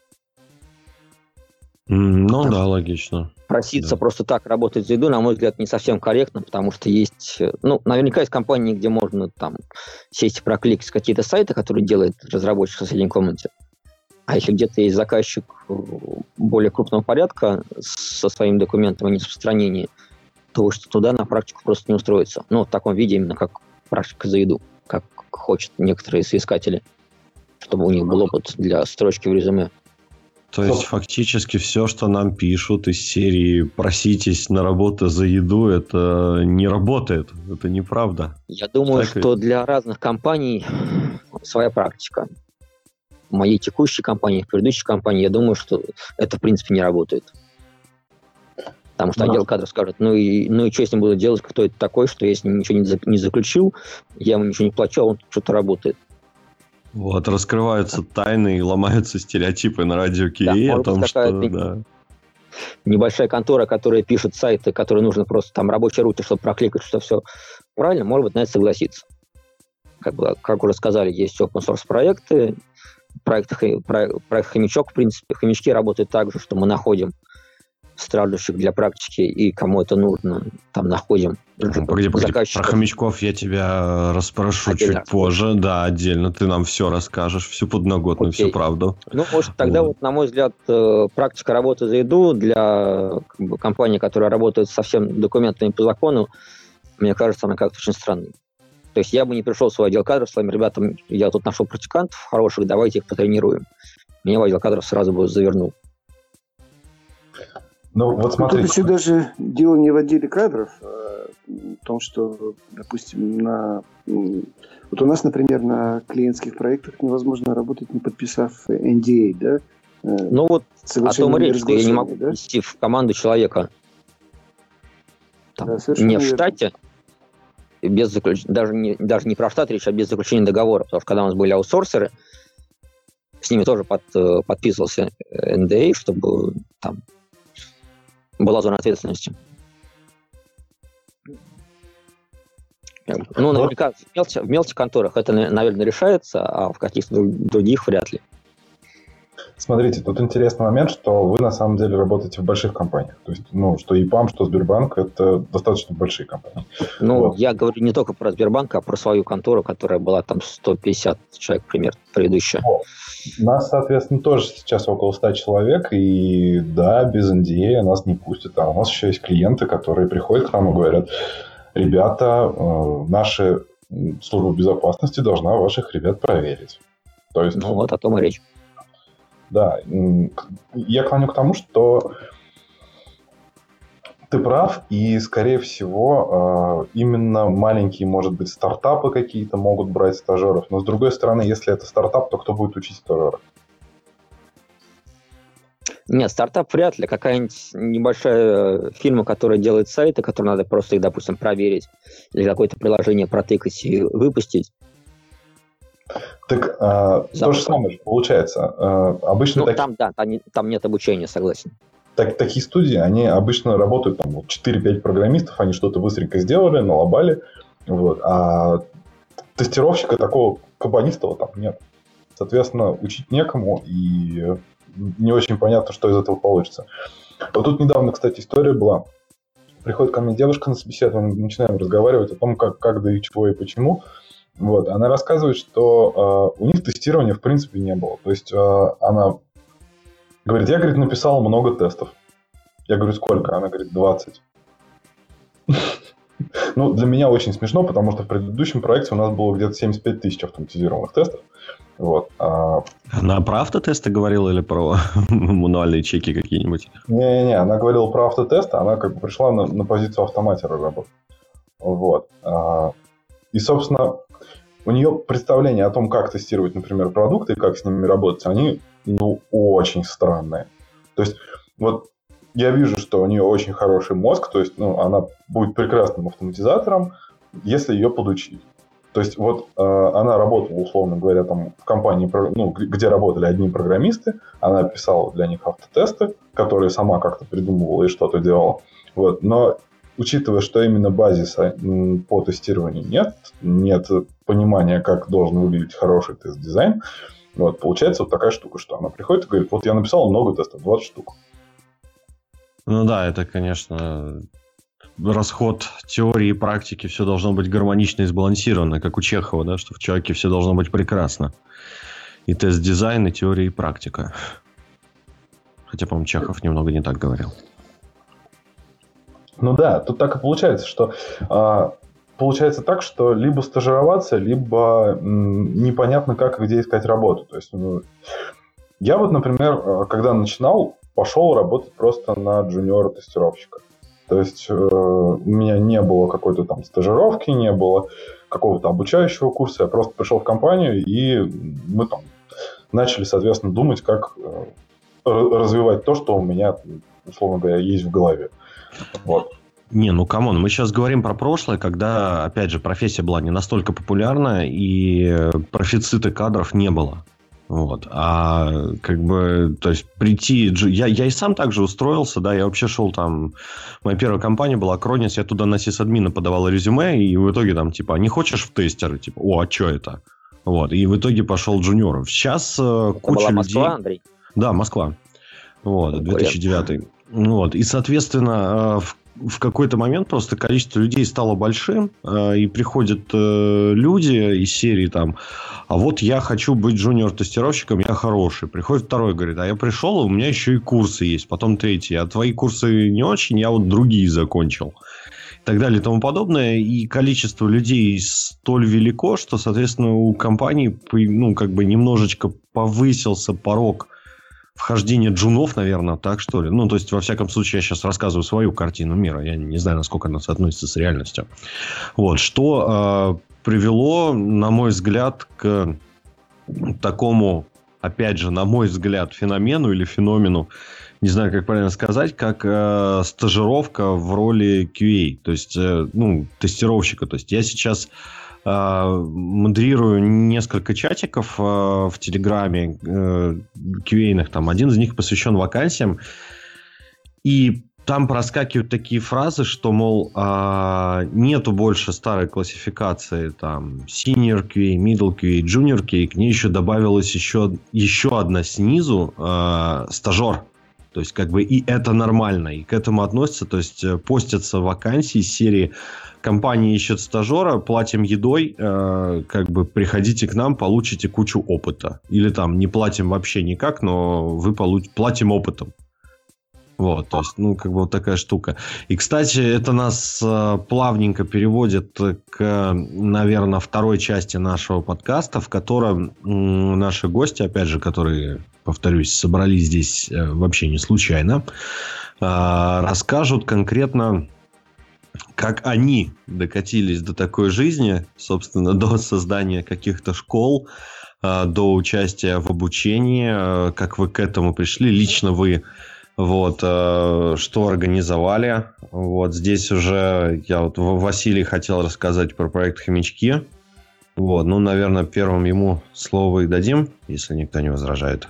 Ну да, логично. Проситься просто так работать за еду, на мой взгляд, не совсем корректно, потому что есть, ну, наверняка есть компании, где можно там сесть и прокликать какие-то сайты, которые делает разработчик в соседней комнате. А если где-то есть заказчик более крупного порядка со своими документами о нераспространении, то что туда на практику просто не устроится. Ну, в таком виде именно как практика за еду, как хотят некоторые соискатели, чтобы у них был опыт для строчки в резюме. То есть, фактически, все, что нам пишут из серии «проситесь на работу за еду», это не работает, это неправда. Я думаю, что для разных компаний своя практика. В моей текущей компании, в предыдущей компании, я думаю, что это, в принципе, не работает. Потому что отдел кадров скажет, ну и что с ним буду делать, кто это такой, что я с ним ничего не заключил, я ему ничего не плачу, а он что-то работает. Вот, раскрываются тайны и ломаются стереотипы на радио КИИ о том, что... Небольшая контора, которая пишет сайты, которые нужно просто там рабочей руке, чтобы прокликать, что все правильно, может быть, на это согласиться. Как уже сказали, есть open source проекты, проект «Хомячок», в принципе. Хомячки работают так же, что мы находим страждущих для практики, и кому это нужно, там находим. Погоди, про хомячков я тебя расспрошу отдельно чуть позже. Да, отдельно. Ты нам все расскажешь, всю подноготную, всю правду. Ну, может, тогда, вот, на мой взгляд, практика работы за еду для компании, которая работает со всеми документами по закону, мне кажется, она как-то очень странной. То есть я бы не пришел в свой отдел кадров с вами, ребята, я тут нашел практикантов хороших, давайте их потренируем. Меня в отдел кадров сразу бы завернул. Ну, вот смотрите. Тут еще даже дело не в отделе кадров, а в том, что, допустим, вот у нас, например, на клиентских проектах невозможно работать, не подписав NDA, да? Ну вот о том и речь, что я не могу ввести в команду человека там, да, не в штате, без даже не про штат речь, а без заключения договора. Потому что когда у нас были аутсорсеры, с ними тоже подписывался NDA, чтобы там была зона ответственности. Ну, наверняка в мелких конторах это, наверное, решается, а в каких-то других вряд ли. Смотрите, тут интересный момент, что вы на самом деле работаете в больших компаниях. То есть, ну, что ИПАМ, что Сбербанк, это достаточно большие компании. Ну, вот. Я говорю не только про Сбербанк, а про свою контору, которая была там 150 человек примерно предыдущая. Вот. Нас, соответственно, тоже сейчас около 100 человек, и да, без NDA нас не пустят. А у нас еще есть клиенты, которые приходят к нам и говорят: ребята, наша служба безопасности должна ваших ребят проверить. То есть, ну, вот о том и речь. Да, я клоню к тому, что ты прав, и, скорее всего, именно маленькие, может быть, стартапы какие-то могут брать стажеров, но, с другой стороны, если это стартап, то кто будет учить стажеров? Нет, стартап вряд ли. Какая-нибудь небольшая фирма, которая делает сайты, которые надо просто их, допустим, проверить, или какое-то приложение протыкать и выпустить. Так то же самое получается. Обычно там нет обучения, согласен. Такие студии, они обычно работают, там, 4-5 программистов, они что-то быстренько сделали, налобали, вот, а тестировщика такого кабанистого там нет. Соответственно, учить некому, и не очень понятно, что из этого получится. Вот тут недавно, кстати, история была. Приходит ко мне девушка на собеседование, начинаем разговаривать о том, как да и чего и почему. Вот. Она рассказывает, что у них тестирования в принципе не было. То есть она говорит, я, говорит, написала много тестов. Я говорю, сколько? Она говорит, 20. Ну, для меня очень смешно, потому что в предыдущем проекте у нас было где-то 75 тысяч автоматизированных тестов. Вот. Она про автотесты говорила или про мануальные чеки какие-нибудь? Не-не-не, она говорила про автотесты, она как бы пришла на позицию автоматера работать. Вот. И, собственно, у нее представление о том, как тестировать, например, продукты и как с ними работать, они, очень странные. То есть, вот я вижу, что у нее очень хороший мозг, то есть, она будет прекрасным автоматизатором, если ее подучить. То есть, вот она работала, условно говоря, там в компании, где работали одни программисты, она писала для них автотесты, которые сама как-то придумывала и что-то делала. Вот. Но учитывая, что именно базиса по тестированию нет понимания, как должен выглядеть хороший тест-дизайн, вот, получается вот такая штука, что она приходит и говорит, вот я написал много тестов, 20 штук. Ну да, это, конечно, расход теории и практики, все должно быть гармонично и сбалансировано, как у Чехова, да, что в человеке все должно быть прекрасно. И тест-дизайн, и теория, и практика. Хотя, по-моему, Чехов немного не так говорил. Ну да, тут так и получается, что получается так, что либо стажироваться, либо непонятно как и где искать работу. То есть, я вот, например, когда начинал, пошел работать просто на джуниора-тестировщика. То есть у меня не было какой-то там стажировки, не было какого-то обучающего курса. Я просто пришел в компанию, и мы там начали, соответственно, думать, как развивать то, что у меня, условно говоря, есть в голове. Вот. Не, камон, мы сейчас говорим про прошлое, когда, опять же, профессия была не настолько популярна, и профицита кадров не было. Вот. А как бы, то есть прийти... Я и сам также устроился, да, я вообще шел там... Моя первая компания была Кронис, я туда на сисадмина подавал резюме, и в итоге там, типа, не хочешь в тестеры? Типа, а что это? Вот. И в итоге пошел джуниором. Сейчас это куча была людей... Москва, Андрей? Да, Москва. Вот, 2009. Вот. И, соответственно, в какой-то момент просто количество людей стало большим, и приходят люди из серии там, а вот я хочу быть джуниор-тестировщиком, я хороший. Приходит второй, говорит, а я пришел, у меня еще и курсы есть. Потом третий, а твои курсы не очень, я вот другие закончил. И так далее и тому подобное. И количество людей столь велико, что, соответственно, у компании, ну, как бы немножечко повысился порог вхождение джунов, наверное, так что ли. Ну, то есть, во всяком случае, я сейчас рассказываю свою картину мира. Я не знаю, насколько она соотносится с реальностью. Вот. Что привело, на мой взгляд, к такому, опять же, на мой взгляд, феномену или феномену, не знаю, как правильно сказать, как стажировка в роли QA, то есть, ну, тестировщика. То есть, я сейчас модерирую несколько чатиков в Телеграме QA-ных. Там один из них посвящен вакансиям. И там проскакивают такие фразы, что, мол, нету больше старой классификации там senior QA, middle QA, junior QA. К ней еще добавилась еще одна снизу стажер. То есть, как бы, и это нормально, и к этому относятся, то есть, постятся вакансии из серии «Компания ищет стажера, платим едой, как бы, приходите к нам, получите кучу опыта». Или там, не платим вообще никак, но вы платим опытом. Вот, то есть, ну, как бы, вот такая штука. И, кстати, это нас плавненько переводит к, наверное, второй части нашего подкаста, в котором наши гости, опять же, которые, повторюсь, собрались здесь вообще не случайно, расскажут конкретно, как они докатились до такой жизни, собственно, до создания каких-то школ, до участия в обучении, как вы к этому пришли, лично вы. Вот, что организовали. Вот здесь уже я вот Василий хотел рассказать про проект «Хомячки». Вот, ну, наверное, первым ему слово и дадим, если никто не возражает.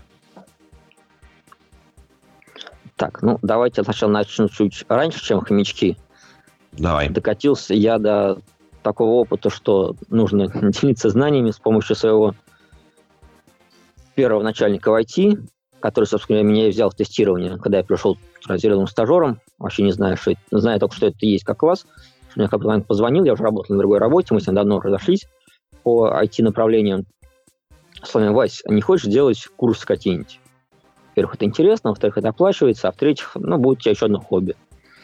Так, ну, давайте сначала начну чуть раньше, чем «Хомячки». Давай. Докатился я до такого опыта, что нужно делиться знаниями с помощью своего первого начальника в IT, который, собственно, меня и взял в тестирование, когда я пришел резервным стажером, вообще не знаю, что это, знаю только, что это есть как класс. Мне как бы позвонил, я уже работал на другой работе, мы с ним давно разошлись по IT-направлениям. Сказал: Вась, а не хочешь делать курсы какие-нибудь? Во-первых, это интересно, во-вторых, это оплачивается, а в-третьих, ну, будет у тебя еще одно хобби.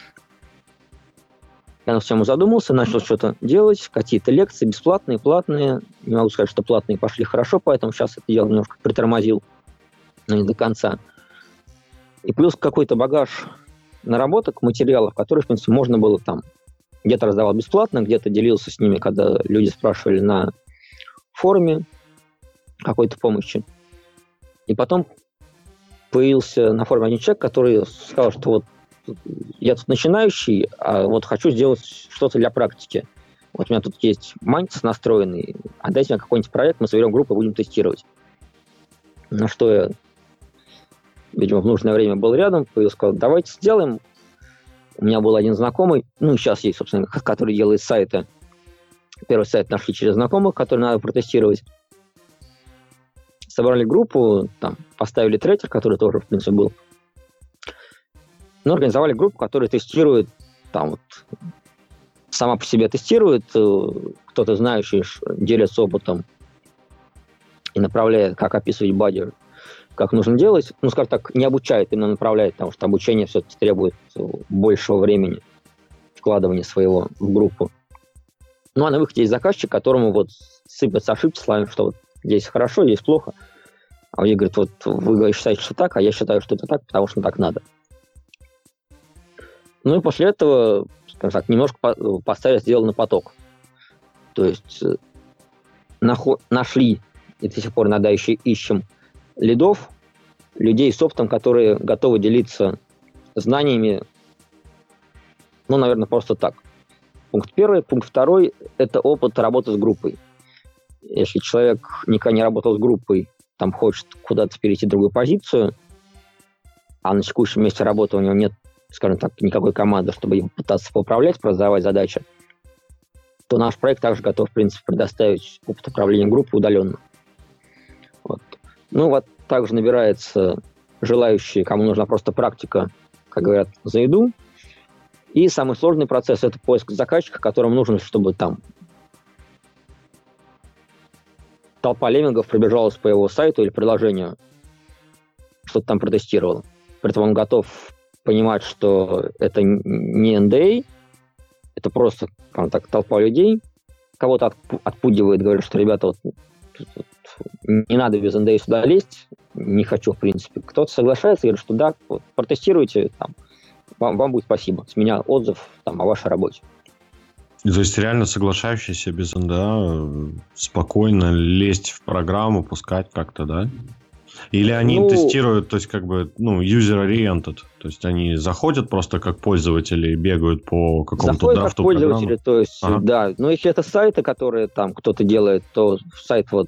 Я на всем задумался, начал что-то делать, какие-то лекции бесплатные, платные. Не могу сказать, что платные пошли хорошо, поэтому сейчас это дело немножко притормозил, но не до конца. И плюс какой-то багаж наработок, материалов, которые, в принципе, можно было там где-то раздавал бесплатно, где-то делился с ними, когда люди спрашивали на форуме какой-то помощи. И потом появился на форуме один человек, который сказал, что вот я тут начинающий, а вот хочу сделать что-то для практики. Вот у меня тут есть Mantis настроенный, отдайте мне какой-нибудь проект, мы соберем группу и будем тестировать. На что я, видимо, в нужное время был рядом, и сказал: давайте сделаем. У меня был один знакомый, ну, сейчас есть, собственно, который делает сайты. Первый сайт нашли через знакомых, который надо протестировать. Собрали группу, там, поставили трекер, который тоже, в принципе, был. Ну, организовали группу, которая тестирует, там, вот, сама по себе тестирует, кто-то знающий делится опытом и направляет, как описывать баги, как нужно делать. Ну, скажем так, не обучает, именно направляет, потому что обучение все-таки требует большего времени, вкладывания своего в группу. Ну, а на выходе есть заказчик, которому вот сыпятся ошибки, словами, что вот здесь хорошо, здесь плохо. А он говорит: вот вы считаете, что так, а я считаю, что это так, потому что так надо. Ну и после этого, скажем так, немножко поставили дело на поток. То есть нашли, и до сих пор иногда еще ищем лидов, людей с опытом, которые готовы делиться знаниями, ну, наверное, просто так. Пункт первый. Пункт второй – это опыт работы с группой. Если человек никогда не работал с группой, там хочет куда-то перейти в другую позицию, а на текущем месте работы у него нет, скажем так, никакой команды, чтобы его пытаться поуправлять, раздавать задачи, то наш проект также готов, в принципе, предоставить опыт управления группой удаленно. Вот. Ну, вот также набирается желающие, кому нужна просто практика, как говорят, за еду. И самый сложный процесс – это поиск заказчика, которому нужно, чтобы там толпа леммингов пробежалась по его сайту или приложению, что-то там протестировал. При этом он готов понимать, что это не NDA, это просто так, толпа людей, кого-то отпугивает, говорит, что, ребята, вот не надо без NDA сюда лезть, не хочу, в принципе. Кто-то соглашается, говорит, что да, вот, протестируйте, там, вам будет спасибо. С меня отзыв там, о вашей работе. То есть реально соглашающийся без НДА спокойно лезть в программу, пускать как-то, да? Или они тестируют, то есть как бы, user-oriented, то есть они заходят просто как пользователи, бегают по какому-то драфту как пользователи, программы? То есть, да. Но если это сайты, которые там кто-то делает, то сайт вот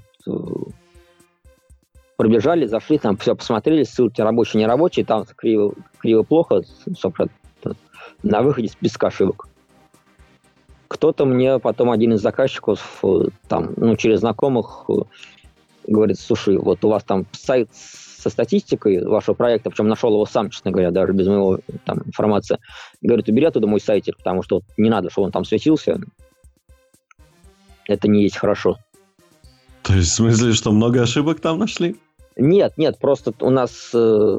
пробежали, зашли, там все посмотрели, ссылки рабочие, нерабочие, там криво-плохо, собственно, на выходе списка ошибок. Кто-то мне потом, один из заказчиков, там, через знакомых, говорит, слушай, вот у вас там сайт со статистикой вашего проекта, причем нашел его сам, честно говоря, даже без моего там информации. Говорит, убери оттуда мой сайтик, потому что не надо, чтобы он там светился. Это не есть хорошо. То есть в смысле, что много ошибок там нашли? Нет, просто у нас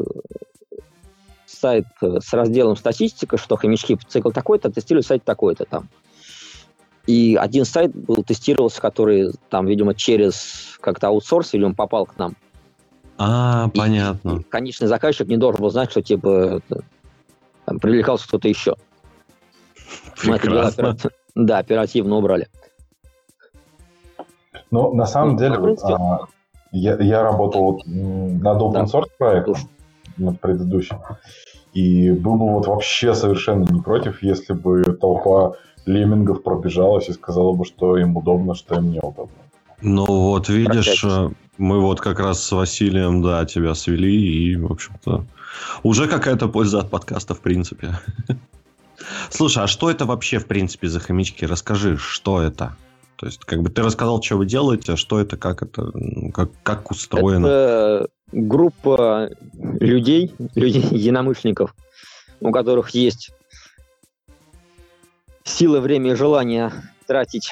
сайт с разделом статистика, что хомячки цикл такой-то, тестирует сайт такой-то там. И один сайт был тестировался, который там, видимо, через как-то аутсорсили, он попал к нам. Понятно. И конечный заказчик не должен был знать, что типа там привлекался кто-то еще. Прекрасно. Мы это оперативно убрали. Ну, на самом деле, я работал над open source проектом, над предыдущим, и был бы вот вообще совершенно не против, если бы толпа леммингов пробежалась и сказала бы, что им удобно, что им неудобно. Ну вот видишь, мы вот как раз с Василием, тебя свели, и, в общем-то, уже какая-то польза от подкаста, в принципе. Слушай, а что это вообще, в принципе, за хомячки? Расскажи, что это? То есть, как бы ты рассказал, что вы делаете, а что это, как устроено? Это группа людей, единомышленников, у которых есть сила, время и желание тратить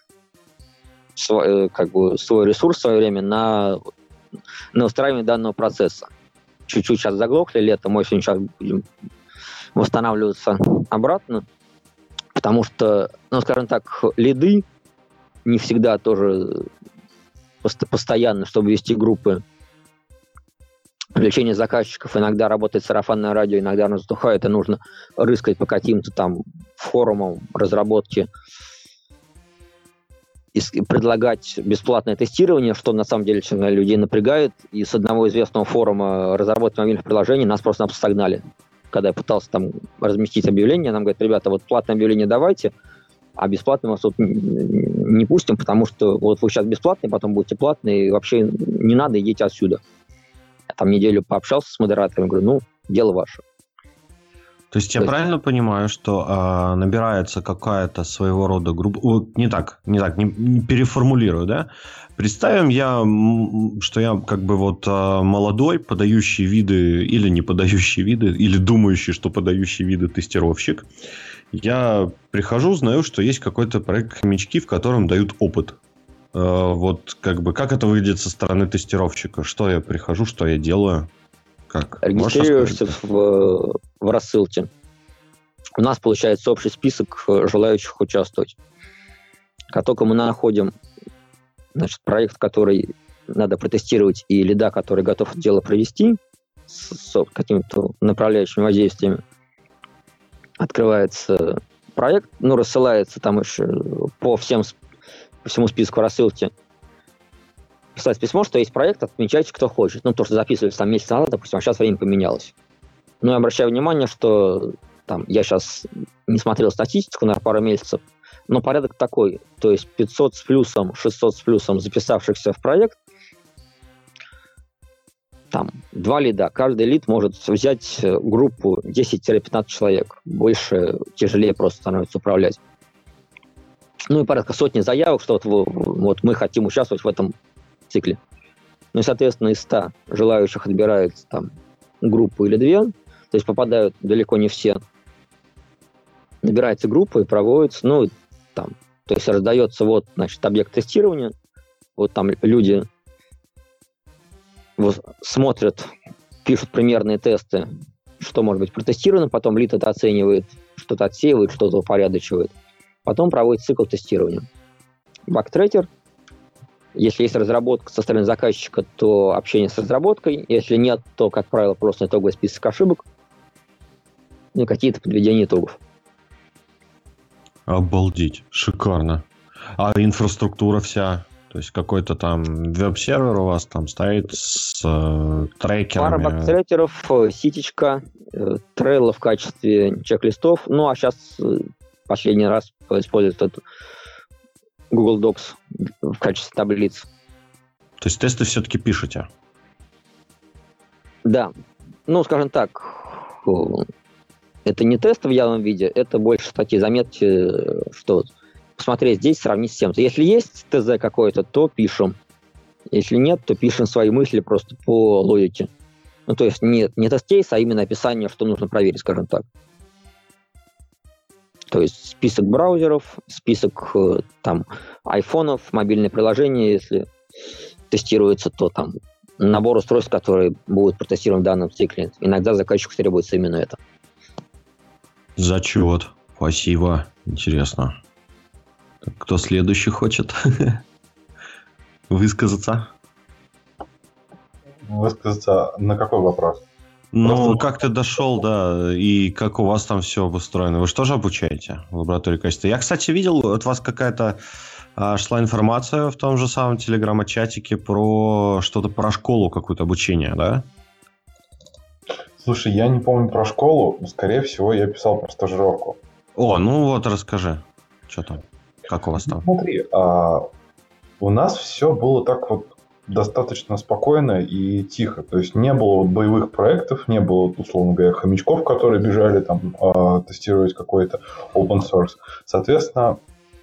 свой ресурс, свое время на устраивание данного процесса. Чуть-чуть сейчас заглохли, летом, осенью сейчас будем восстанавливаться обратно, потому что, скажем так, лиды не всегда тоже постоянно, чтобы вести группы. Привлечение заказчиков, иногда работает сарафанное радио, иногда оно затухает, и нужно рыскать по каким-то там форумам разработки и предлагать бесплатное тестирование, что на самом деле людей напрягает. И с одного известного форума разработки мобильных приложений нас просто-напросто согнали. Когда я пытался там разместить объявление, нам говорят, ребята, вот платное объявление давайте, а бесплатно мы вас тут не пустим, потому что вот вы сейчас бесплатные, потом будете платные, и вообще не надо, идите отсюда. Я там неделю пообщался с модератором, говорю, дело ваше. То есть я правильно понимаю, что набирается какая-то своего рода группа... Не переформулирую, да? Представим что я как бы вот молодой, подающий виды или не подающий виды, или думающий, что подающий виды тестировщик. Я прихожу, знаю, что есть какой-то проект хомячки, в котором дают опыт. Вот как бы как это выглядит со стороны тестировщика? Что я прихожу, что я делаю? Как? Регистрируешься в рассылке. У нас получается общий список желающих участвовать. Как только мы находим проект, который надо протестировать, и лида, который готов это дело провести с какими-то направляющими воздействиями, открывается проект, рассылается там еще по всему списку рассылки. Писать письмо, что есть проект, отмечайте, кто хочет. То, что записывались там месяц назад, допустим, а сейчас время поменялось. Я обращаю внимание, что там я сейчас не смотрел статистику на пару месяцев, но порядок такой. То есть 500 с плюсом, 600 с плюсом записавшихся в проект, там 2 лида. Каждый лид может взять группу 10-15 человек. Больше тяжелее просто становится управлять. И порядка сотни заявок, что вот мы хотим участвовать в этом цикле. И, соответственно, из 100 желающих отбирается там группу или 2. То есть попадают далеко не все. Набирается группа и проводится, то есть раздается объект тестирования, там люди смотрят, пишут примерные тесты, что может быть протестировано, потом лид это оценивает, что-то отсеивает, что-то упорядочивает. Потом проводит цикл тестирования. Баг-трекер. Если есть разработка со стороны заказчика, то общение с разработкой. Если нет, то, как правило, просто итоговый список ошибок и какие-то подведения итогов. Обалдеть, шикарно. А инфраструктура вся? То есть какой-то там веб-сервер у вас там стоит с трекерами? Пара баг-трекеров, ситечка, трейлы в качестве чек-листов. А сейчас последний раз используют этот Google Docs в качестве таблиц. То есть тесты все-таки пишете? Да. Скажем так, это не тесты в явном виде, это больше такие заметки, что посмотреть здесь, сравнить с тем-то. Если есть ТЗ какой-то, то пишем. Если нет, то пишем свои мысли просто по логике. То есть не тест-кейс, а именно описание, что нужно проверить, скажем так. То есть список браузеров, список айфонов, мобильные приложения, если тестируется, то набор устройств, которые будут протестированы в данном цикле. Иногда заказчику требуется именно это. Зачет. Спасибо. Интересно. Кто следующий хочет высказаться? Высказаться на какой вопрос? Как ты дошел, да, и как у вас там все обустроено? Вы что же обучаете в лаборатории качества? Я, кстати, видел, от вас какая-то шла информация в том же самом телеграм-чатике про что-то про школу, какое-то обучение, да? Слушай, я не помню про школу, скорее всего, я писал про стажировку. Расскажи, что там, как у вас там? Смотри, у нас все было так достаточно спокойно и тихо. То есть не было боевых проектов, не было, условно говоря, хомячков, которые бежали тестировать какой-то open source. Соответственно,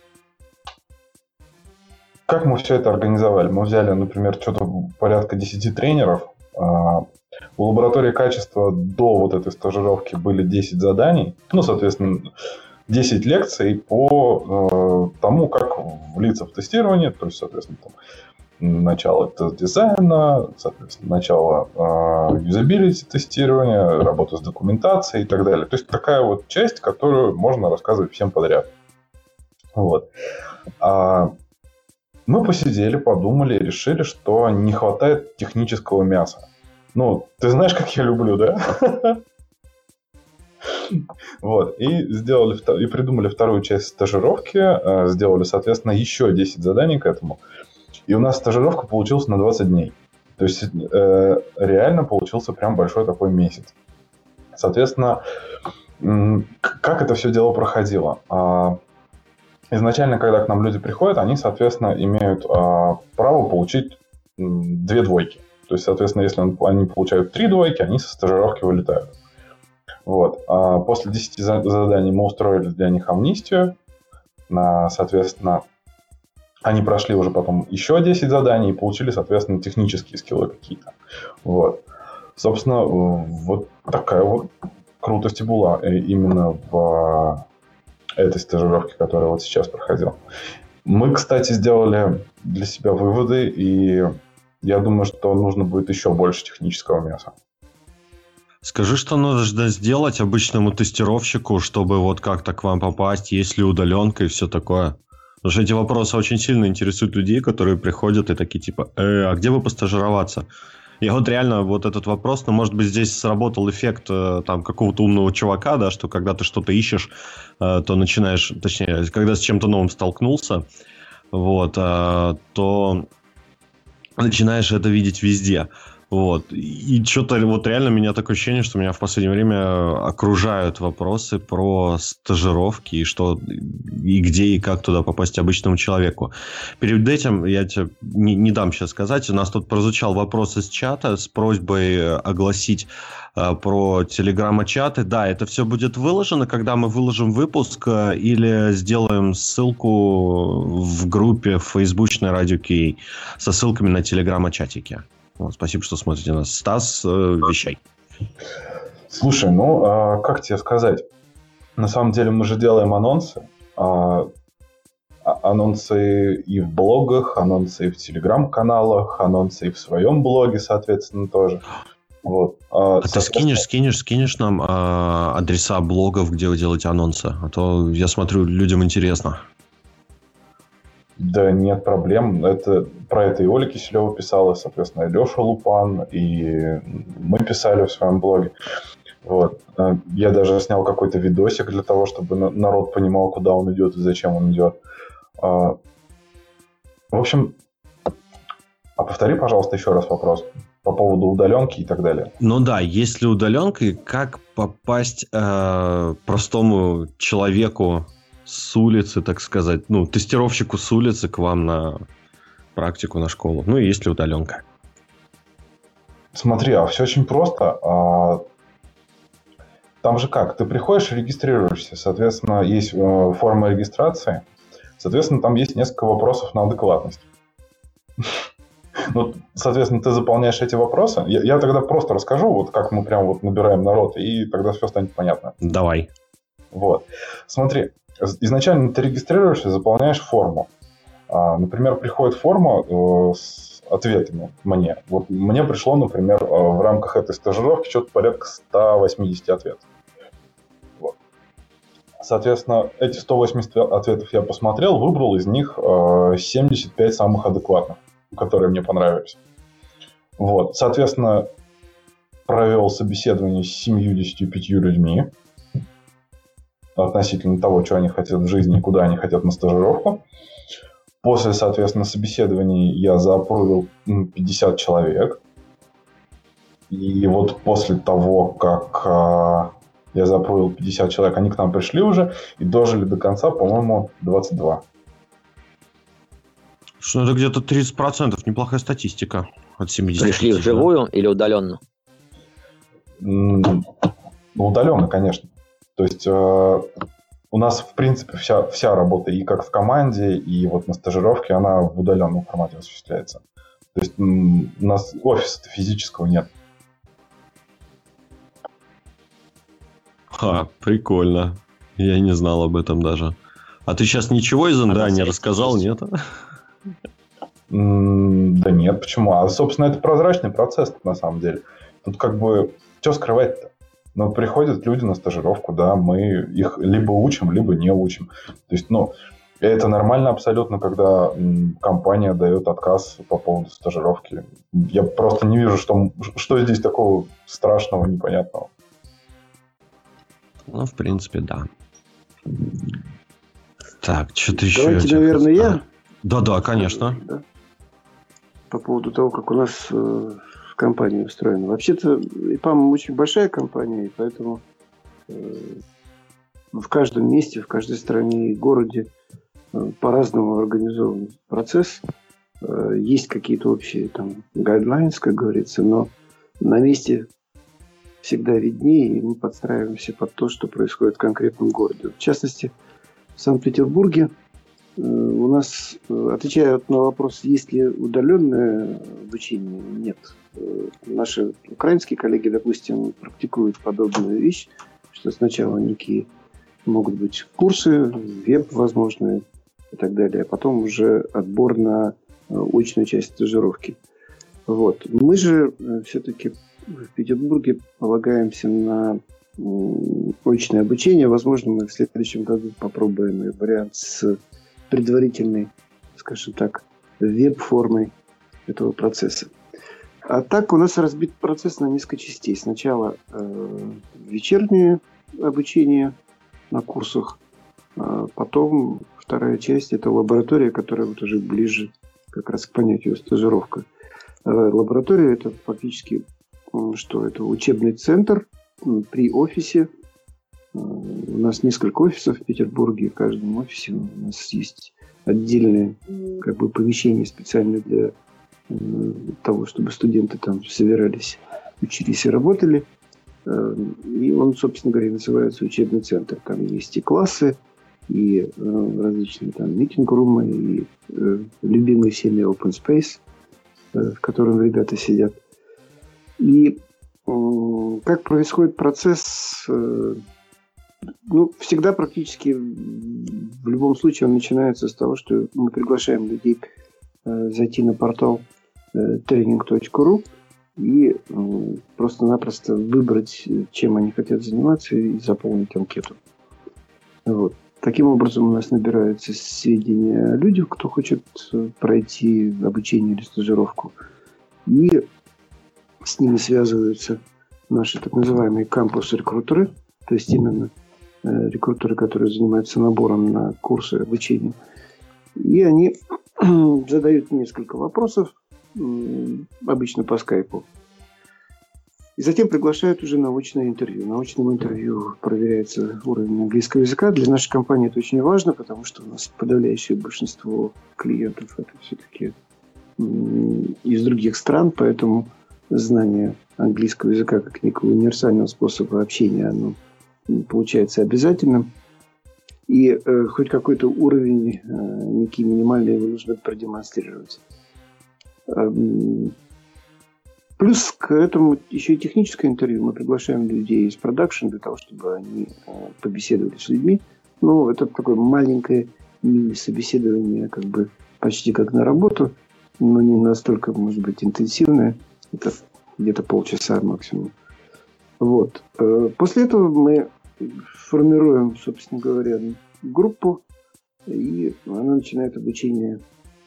как мы все это организовали? Мы взяли, например, что-то порядка 10 тренеров. У лаборатории качества до этой стажировки были 10 заданий. Соответственно, 10 лекций по тому, как влиться в тестирование. То есть, соответственно, начало тест-дизайна, соответственно, начало юзабилити тестирования, работа с документацией и так далее. То есть такая часть, которую можно рассказывать всем подряд. Мы посидели, подумали, решили, что не хватает технического мяса. Ты знаешь, как я люблю, да? И придумали вторую часть стажировки, сделали, соответственно, еще 10 заданий к этому. И у нас стажировка получилась на 20 дней. То есть реально получился прям большой такой месяц. Соответственно, как это все дело проходило? Изначально, когда к нам люди приходят, они, соответственно, имеют право получить 2 двойки. То есть, соответственно, если они получают 3 двойки, они со стажировки вылетают. После 10 заданий мы устроили для них амнистию. Соответственно, они прошли уже потом еще 10 заданий и получили, соответственно, технические скиллы какие-то. Собственно, такая крутость и была именно в этой стажировке, которая сейчас проходила. Мы, кстати, сделали для себя выводы, и я думаю, что нужно будет еще больше технического мяса. Скажи, что нужно сделать обычному тестировщику, чтобы как-то к вам попасть, есть ли удаленка и все такое? Потому что эти вопросы очень сильно интересуют людей, которые приходят и такие типа, а где бы постажироваться? Я реально этот вопрос, может быть, здесь сработал эффект какого-то умного чувака, да, что когда ты что-то ищешь, то начинаешь, точнее, когда с чем-то новым столкнулся, то начинаешь это видеть везде. И что-то реально у меня такое ощущение, что меня в последнее время окружают вопросы про стажировки и где и как туда попасть обычному человеку. Перед этим я тебе не дам сейчас сказать. У нас тут прозвучал вопрос из чата с просьбой огласить про телеграм-чаты. Да, это все будет выложено, когда мы выложим выпуск или сделаем ссылку в группе фейсбучной Радио Кей со ссылками на телеграм-чатики. Спасибо, что смотрите нас. Стас, вещай. Слушай, как тебе сказать? На самом деле мы же делаем анонсы. Анонсы и в блогах, анонсы и в телеграм-каналах, анонсы и в своем блоге, соответственно, тоже. Вот. Ты скинешь нам адреса блогов, где вы делаете анонсы? А то, я смотрю, людям интересно. Да нет проблем. Про это и Оля Киселева писала, соответственно, и Леша Лупан, и мы писали в своем блоге. Вот. Я даже снял какой-то видосик для того, чтобы народ понимал, куда он идет и зачем он идет. В общем, повтори, пожалуйста, еще раз вопрос по поводу удаленки и так далее. Ну да, если удаленка, как попасть простому человеку с улицы, так сказать, тестировщику с улицы к вам на практику, на школу? Ну, и есть ли удаленка? Смотри, все очень просто. Там же как? Ты приходишь и регистрируешься. Соответственно, есть форма регистрации. Соответственно, там есть несколько вопросов на адекватность. Соответственно, ты заполняешь эти вопросы. Я тогда просто расскажу, вот как мы прям вот набираем народ, и тогда все станет понятно. Давай. Вот. Смотри, изначально ты регистрируешься, заполняешь форму. Например, приходит форма с ответами мне. Вот мне пришло, например, в рамках этой стажировки что-то порядка 180 ответов. Вот. Соответственно, эти 180 ответов я посмотрел, выбрал из них 75 самых адекватных, которые мне понравились. Вот. Соответственно, провел собеседование с 75 людьми относительно того, что они хотят в жизни и куда они хотят на стажировку. После, соответственно, собеседований я заапрувил 50 человек. И вот после того, как я заапрувил 50 человек, они к нам пришли уже и дожили до конца, по-моему, 22. Что это где-то 30%, неплохая статистика от 70. Пришли вживую или удаленно? Удаленно, конечно. То есть у нас, в принципе, вся работа и как в команде, и вот на стажировке, она в удаленном формате осуществляется. То есть у нас офиса физического нет. Прикольно. Я не знал об этом даже. А ты сейчас ничего из НДА не рассказал, нет? Да нет, почему? Собственно, это прозрачный процесс, на самом деле. Тут как бы, что скрывать-то? Но приходят люди на стажировку, да, мы их либо учим, либо не учим. То есть, это нормально абсолютно, когда компания дает отказ по поводу стажировки. Я просто не вижу, что здесь такого страшного, непонятного. В принципе, да. Так, что-то еще... Давайте, наверное, я... Да, конечно. Да. По поводу того, как у нас компания устроена. Вообще-то ИПАМ очень большая компания, и поэтому в каждом месте, в каждой стране и городе по-разному организован процесс. Есть какие-то общие там guidelines, как говорится, но на месте всегда виднее, и мы подстраиваемся под то, что происходит в конкретном городе. В частности, в Санкт-Петербурге у нас, отвечая на вопрос, есть ли удаленное обучение, нет. Наши украинские коллеги, допустим, практикуют подобную вещь, что сначала некие могут быть курсы, веб, возможно, и так далее, а потом уже отбор на очную часть стажировки. Вот. Мы же все-таки в Петербурге полагаемся на очное обучение. Возможно, мы в следующем году попробуем вариант с предварительной, скажем так, веб-формой этого процесса. А так у нас разбит процесс на несколько частей. Сначала вечернее обучение на курсах, а потом вторая часть – это лаборатория, которая вот уже ближе как раз к понятию стажировка. Лаборатория – это фактически что? Это учебный центр при офисе. У нас несколько офисов в Петербурге. В каждом офисе у нас есть отдельное помещение специально для того, чтобы студенты там собирались, учились и работали. И он, собственно говоря, называется учебный центр. Там есть и классы, и различные там митинг-румы, и любимые всеми open space, в котором ребята сидят. И как происходит процесс? Всегда практически в любом случае он начинается с того, что мы приглашаем людей зайти на портал training.ru и просто-напросто выбрать, чем они хотят заниматься, и заполнить анкету. Вот. Таким образом у нас набираются сведения о людях, кто хочет пройти обучение или стажировку. И с ними связываются наши так называемые кампус-рекрутеры, то есть именно рекрутеры, которые занимаются набором на курсы обучения. И они задают несколько вопросов, обычно по скайпу. И затем приглашают уже на очное интервью. На очном интервью проверяется уровень английского языка. Для нашей компании это очень важно, потому что у нас подавляющее большинство клиентов это все-таки из других стран, поэтому знание английского языка как некого универсального способа общения, оно получается обязательным. И хоть какой-то уровень, некий минимальный, его нужно продемонстрировать. Плюс к этому еще и техническое интервью. Мы приглашаем людей из продакшн для того, чтобы они побеседовали с людьми. Ну, это такое маленькое мини-собеседование, как бы почти как на работу, но не настолько, может быть, интенсивное. Это где-то полчаса максимум. Вот. После этого мы формируем, собственно говоря, группу, и она начинает обучение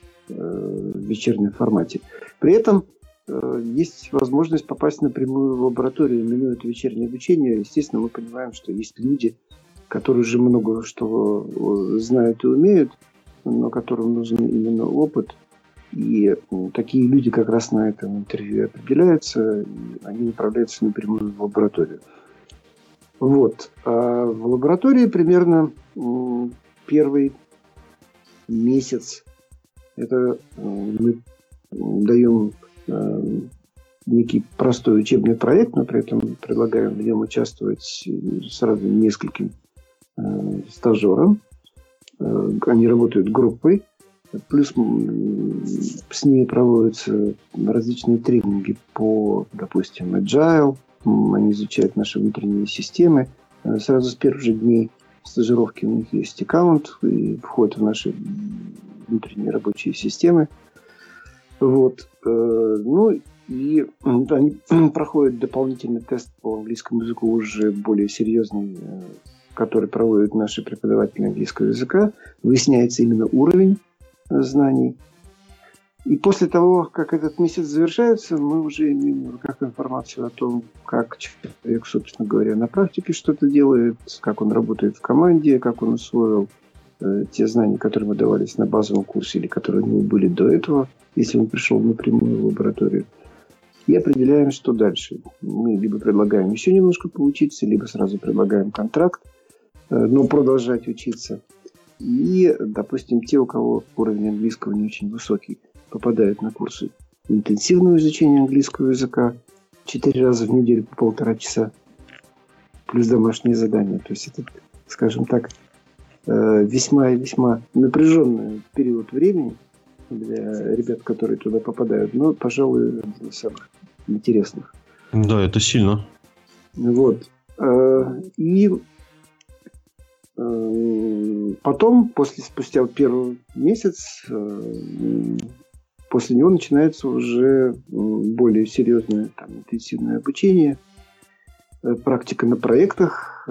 в вечернем формате. При этом есть возможность попасть напрямую в лабораторию, минуя это вечернее обучение. Естественно, мы понимаем, что есть люди, которые уже много что знают и умеют, но которым нужен именно опыт. И такие люди как раз на этом интервью определяются, и они направляются напрямую в лабораторию. Вот. А в лаборатории примерно первый месяц это мы даем некий простой учебный проект, но при этом предлагаем в нем участвовать сразу нескольким стажерам. Они работают группой, плюс с ними проводятся различные тренинги по, допустим, Agile, они изучают наши внутренние системы. Сразу с первых же дней стажировки у них есть аккаунт и вход в наши внутренние рабочие системы. Вот. Ну и они проходят дополнительный тест по английскому языку, уже более серьезный, который проводят наши преподаватели английского языка. Выясняется именно уровень знаний. И после того, как этот месяц завершается, мы уже имеем в руках информацию о том, как человек, собственно говоря, на практике что-то делает, как он работает в команде, как он усвоил те знания, которые мы давались на базовом курсе или которые у него были до этого, если он пришел напрямую в лабораторию. И определяем, что дальше. Мы либо предлагаем еще немножко поучиться, либо сразу предлагаем контракт, но продолжать учиться. И, допустим, те, у кого уровень английского не очень высокий, попадают на курсы интенсивного изучения английского языка 4 раза в неделю по 1,5 часа, плюс домашние задания. То есть это, скажем так, весьма и весьма напряженный период времени для ребят, которые туда попадают, но, пожалуй, один из самых интересных. Да, это сильно. Вот. И потом, спустя первый месяц, после него начинается уже более серьезное интенсивное обучение, практика на проектах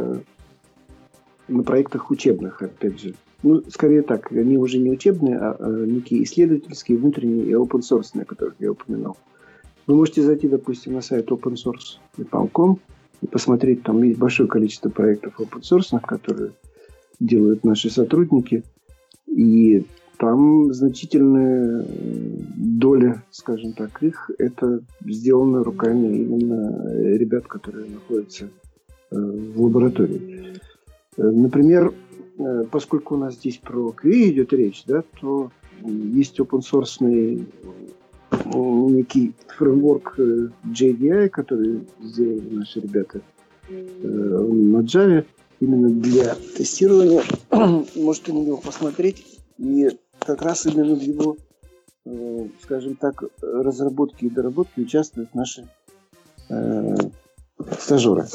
учебных, опять же. Ну, скорее так, они уже не учебные, а некие исследовательские, внутренние и open-source, о которых я упоминал. Вы можете зайти, допустим, на сайт opensource.com и посмотреть, там есть большое количество проектов open-source, которые делают наши сотрудники. И там значительная доля, скажем так, их это сделано руками именно ребят, которые находятся в лаборатории. Например, поскольку у нас здесь про QA идет речь, да, то есть open-source некий фреймворк JDI, который сделали наши ребята на Java именно для тестирования. Можете на него посмотреть. И как раз именно в его, скажем так, разработке и доработке участвуют наши стажеры.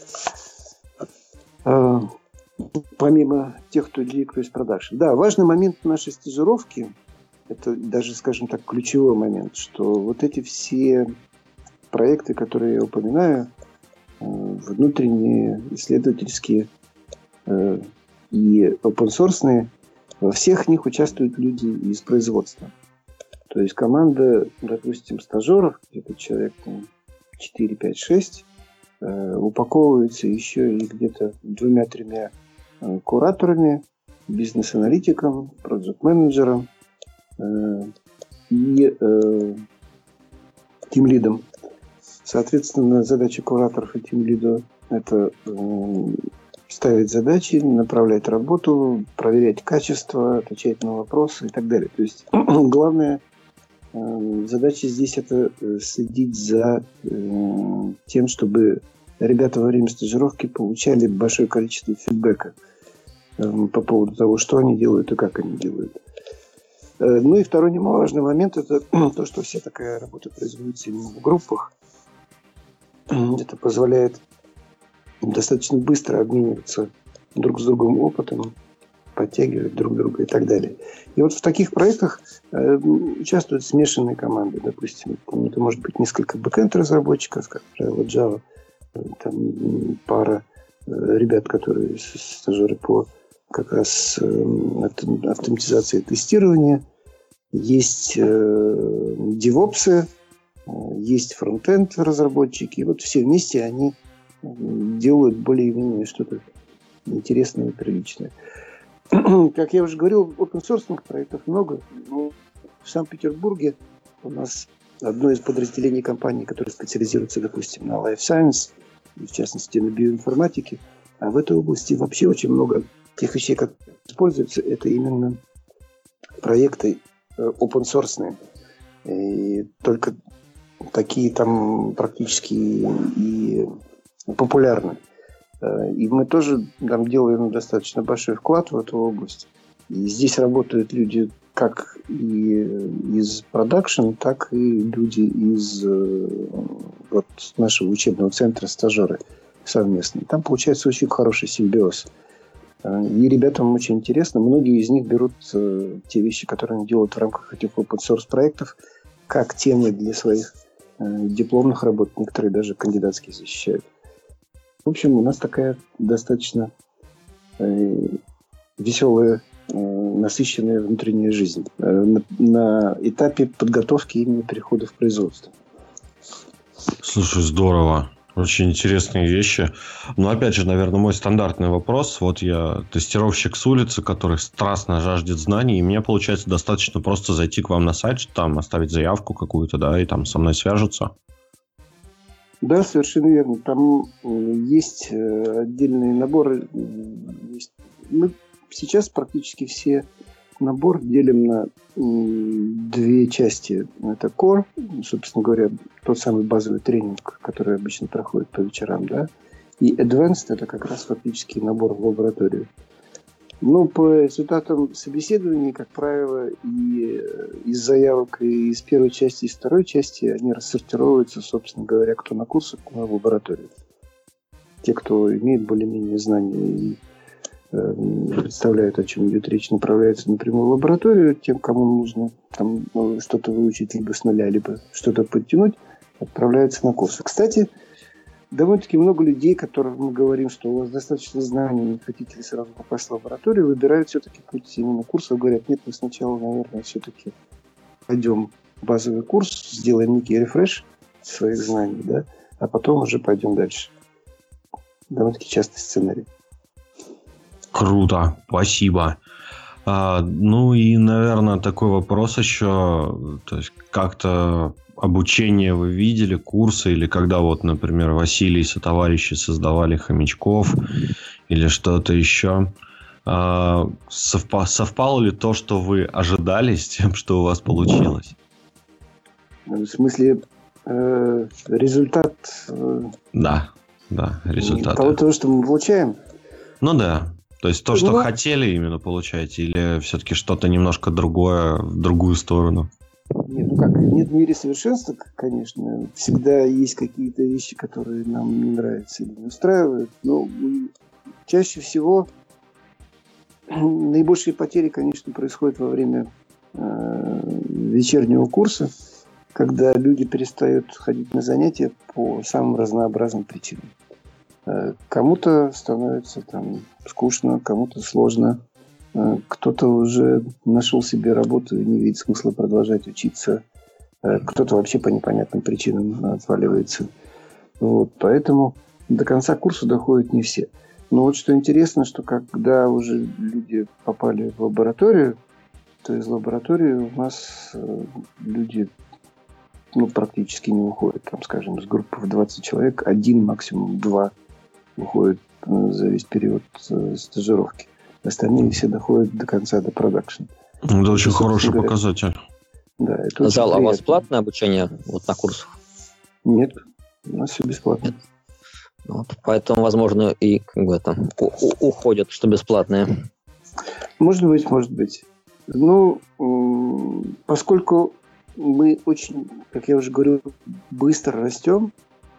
Помимо тех, кто из продакшн. Да, важный момент нашей стажировки, это даже, скажем так, ключевой момент, что вот эти все проекты, которые я упоминаю, внутренние, исследовательские и open-source, во всех них участвуют люди из производства. То есть команда, допустим, стажеров, где-то человек 4, 5, 6, упаковывается еще и где-то 2-3 кураторами, бизнес-аналитиком, проект-менеджером и тимлидом. Соответственно, задача кураторов и тимлида – это ставить задачи, направлять работу, проверять качество, отвечать на вопросы и так далее. То есть главная задача здесь – это следить за тем, чтобы ребята во время стажировки получали большое количество фидбэка по поводу того, что они делают и как они делают. Ну и второй немаловажный момент – это то, что вся такая работа производится именно в группах. Это позволяет достаточно быстро обмениваться друг с другом опытом, подтягивать друг друга и так далее. И вот в таких проектах участвуют смешанные команды. Допустим, это может быть несколько бэкэнд-разработчиков, как правило, Java, там пара ребят, которые стажеры по как раз автоматизации и тестирования. Есть DevOps, есть фронтенд разработчики. И вот все вместе они делают более-менее что-то интересное и приличное. Как я уже говорил, open-source проектов много. Но в Санкт-Петербурге у нас одно из подразделений компании, которое специализируется, допустим, на life science, и в частности на биоинформатике. А в этой области вообще очень много тех вещей, как используются, это именно проекты open-source. И только такие там практически и популярны. И мы тоже там делаем достаточно большой вклад в эту область. И здесь работают люди как и из продакшн, так и люди из вот нашего учебного центра, стажеры совместные. Там получается очень хороший симбиоз. И ребятам очень интересно. Многие из них берут те вещи, которые они делают в рамках этих open-source проектов, как темы для своих дипломных работ. Некоторые даже кандидатские защищают. В общем, у нас такая достаточно веселая, насыщенная внутренняя жизнь на этапе подготовки именно перехода в производство. Слушай, здорово. Очень интересные вещи. Но опять же, наверное, мой стандартный вопрос. Вот я тестировщик с улицы, который страстно жаждет знаний, и мне, получается, достаточно просто зайти к вам на сайт, там оставить заявку какую-то, да, и там со мной свяжутся. Да, совершенно верно. Там есть отдельные наборы. Мы сейчас практически все набор делим на две части. Это Core, собственно говоря, тот самый базовый тренинг, который обычно проходит по вечерам, да. И Advanced – это как раз фактически набор в лабораторию. Ну, по результатам собеседований, как правило, и из заявок, и из первой части, и из второй части они рассортировываются, собственно говоря, кто на курсы, кто в лабораторию. Те, кто имеет более-менее знания и представляют, о чем идет речь, направляются напрямую в лабораторию. Тем, кому нужно там что-то выучить либо с нуля, либо что-то подтянуть, отправляются на курсы. Кстати, довольно-таки много людей, которым мы говорим, что у вас достаточно знаний, не хотите ли сразу попасть в лабораторию, выбирают все-таки путь именно курсов. Говорят, нет, мы сначала, наверное, все-таки пойдем в базовый курс, сделаем некий рефреш своих знаний, да, а потом уже пойдем дальше. Довольно-таки частый сценарий. Круто, спасибо. Ну и, наверное, такой вопрос еще. То есть как-то обучение вы видели, курсы, или когда вот, например, Василий и сотоварищи создавали хомячков или что-то еще, совпало ли то, что вы ожидали, с тем, что у вас получилось? В смысле, результат... Да, результат. Того, что мы получаем? Ну да. То есть то, что хотели именно получать, или все-таки что-то немножко другое, в другую сторону? Нет, ну как, нет в мире совершенства, конечно. Всегда есть какие-то вещи, которые нам не нравятся или не устраивают. Но чаще всего наибольшие потери, конечно, происходят во время вечернего курса, когда люди перестают ходить на занятия по самым разнообразным причинам. Кому-то становится там скучно, кому-то сложно. Кто-то уже нашел себе работу и не видит смысла продолжать учиться. Кто-то вообще по непонятным причинам отваливается. Вот, поэтому до конца курса доходят не все. Но вот что интересно, что когда уже люди попали в лабораторию, то из лаборатории у нас люди практически не уходят. Там, скажем, из группы в 20 человек 1, максимум 2 уходят за весь период стажировки. Остальные все доходят до конца, до продакшн. Это очень хороший показатель. Да, это Зал, а у вас платное обучение вот на курсах? Нет, у нас все бесплатно. Вот, поэтому, возможно, и уходят, что бесплатное. Может быть. Ну, поскольку мы очень, как я уже говорю, быстро растем,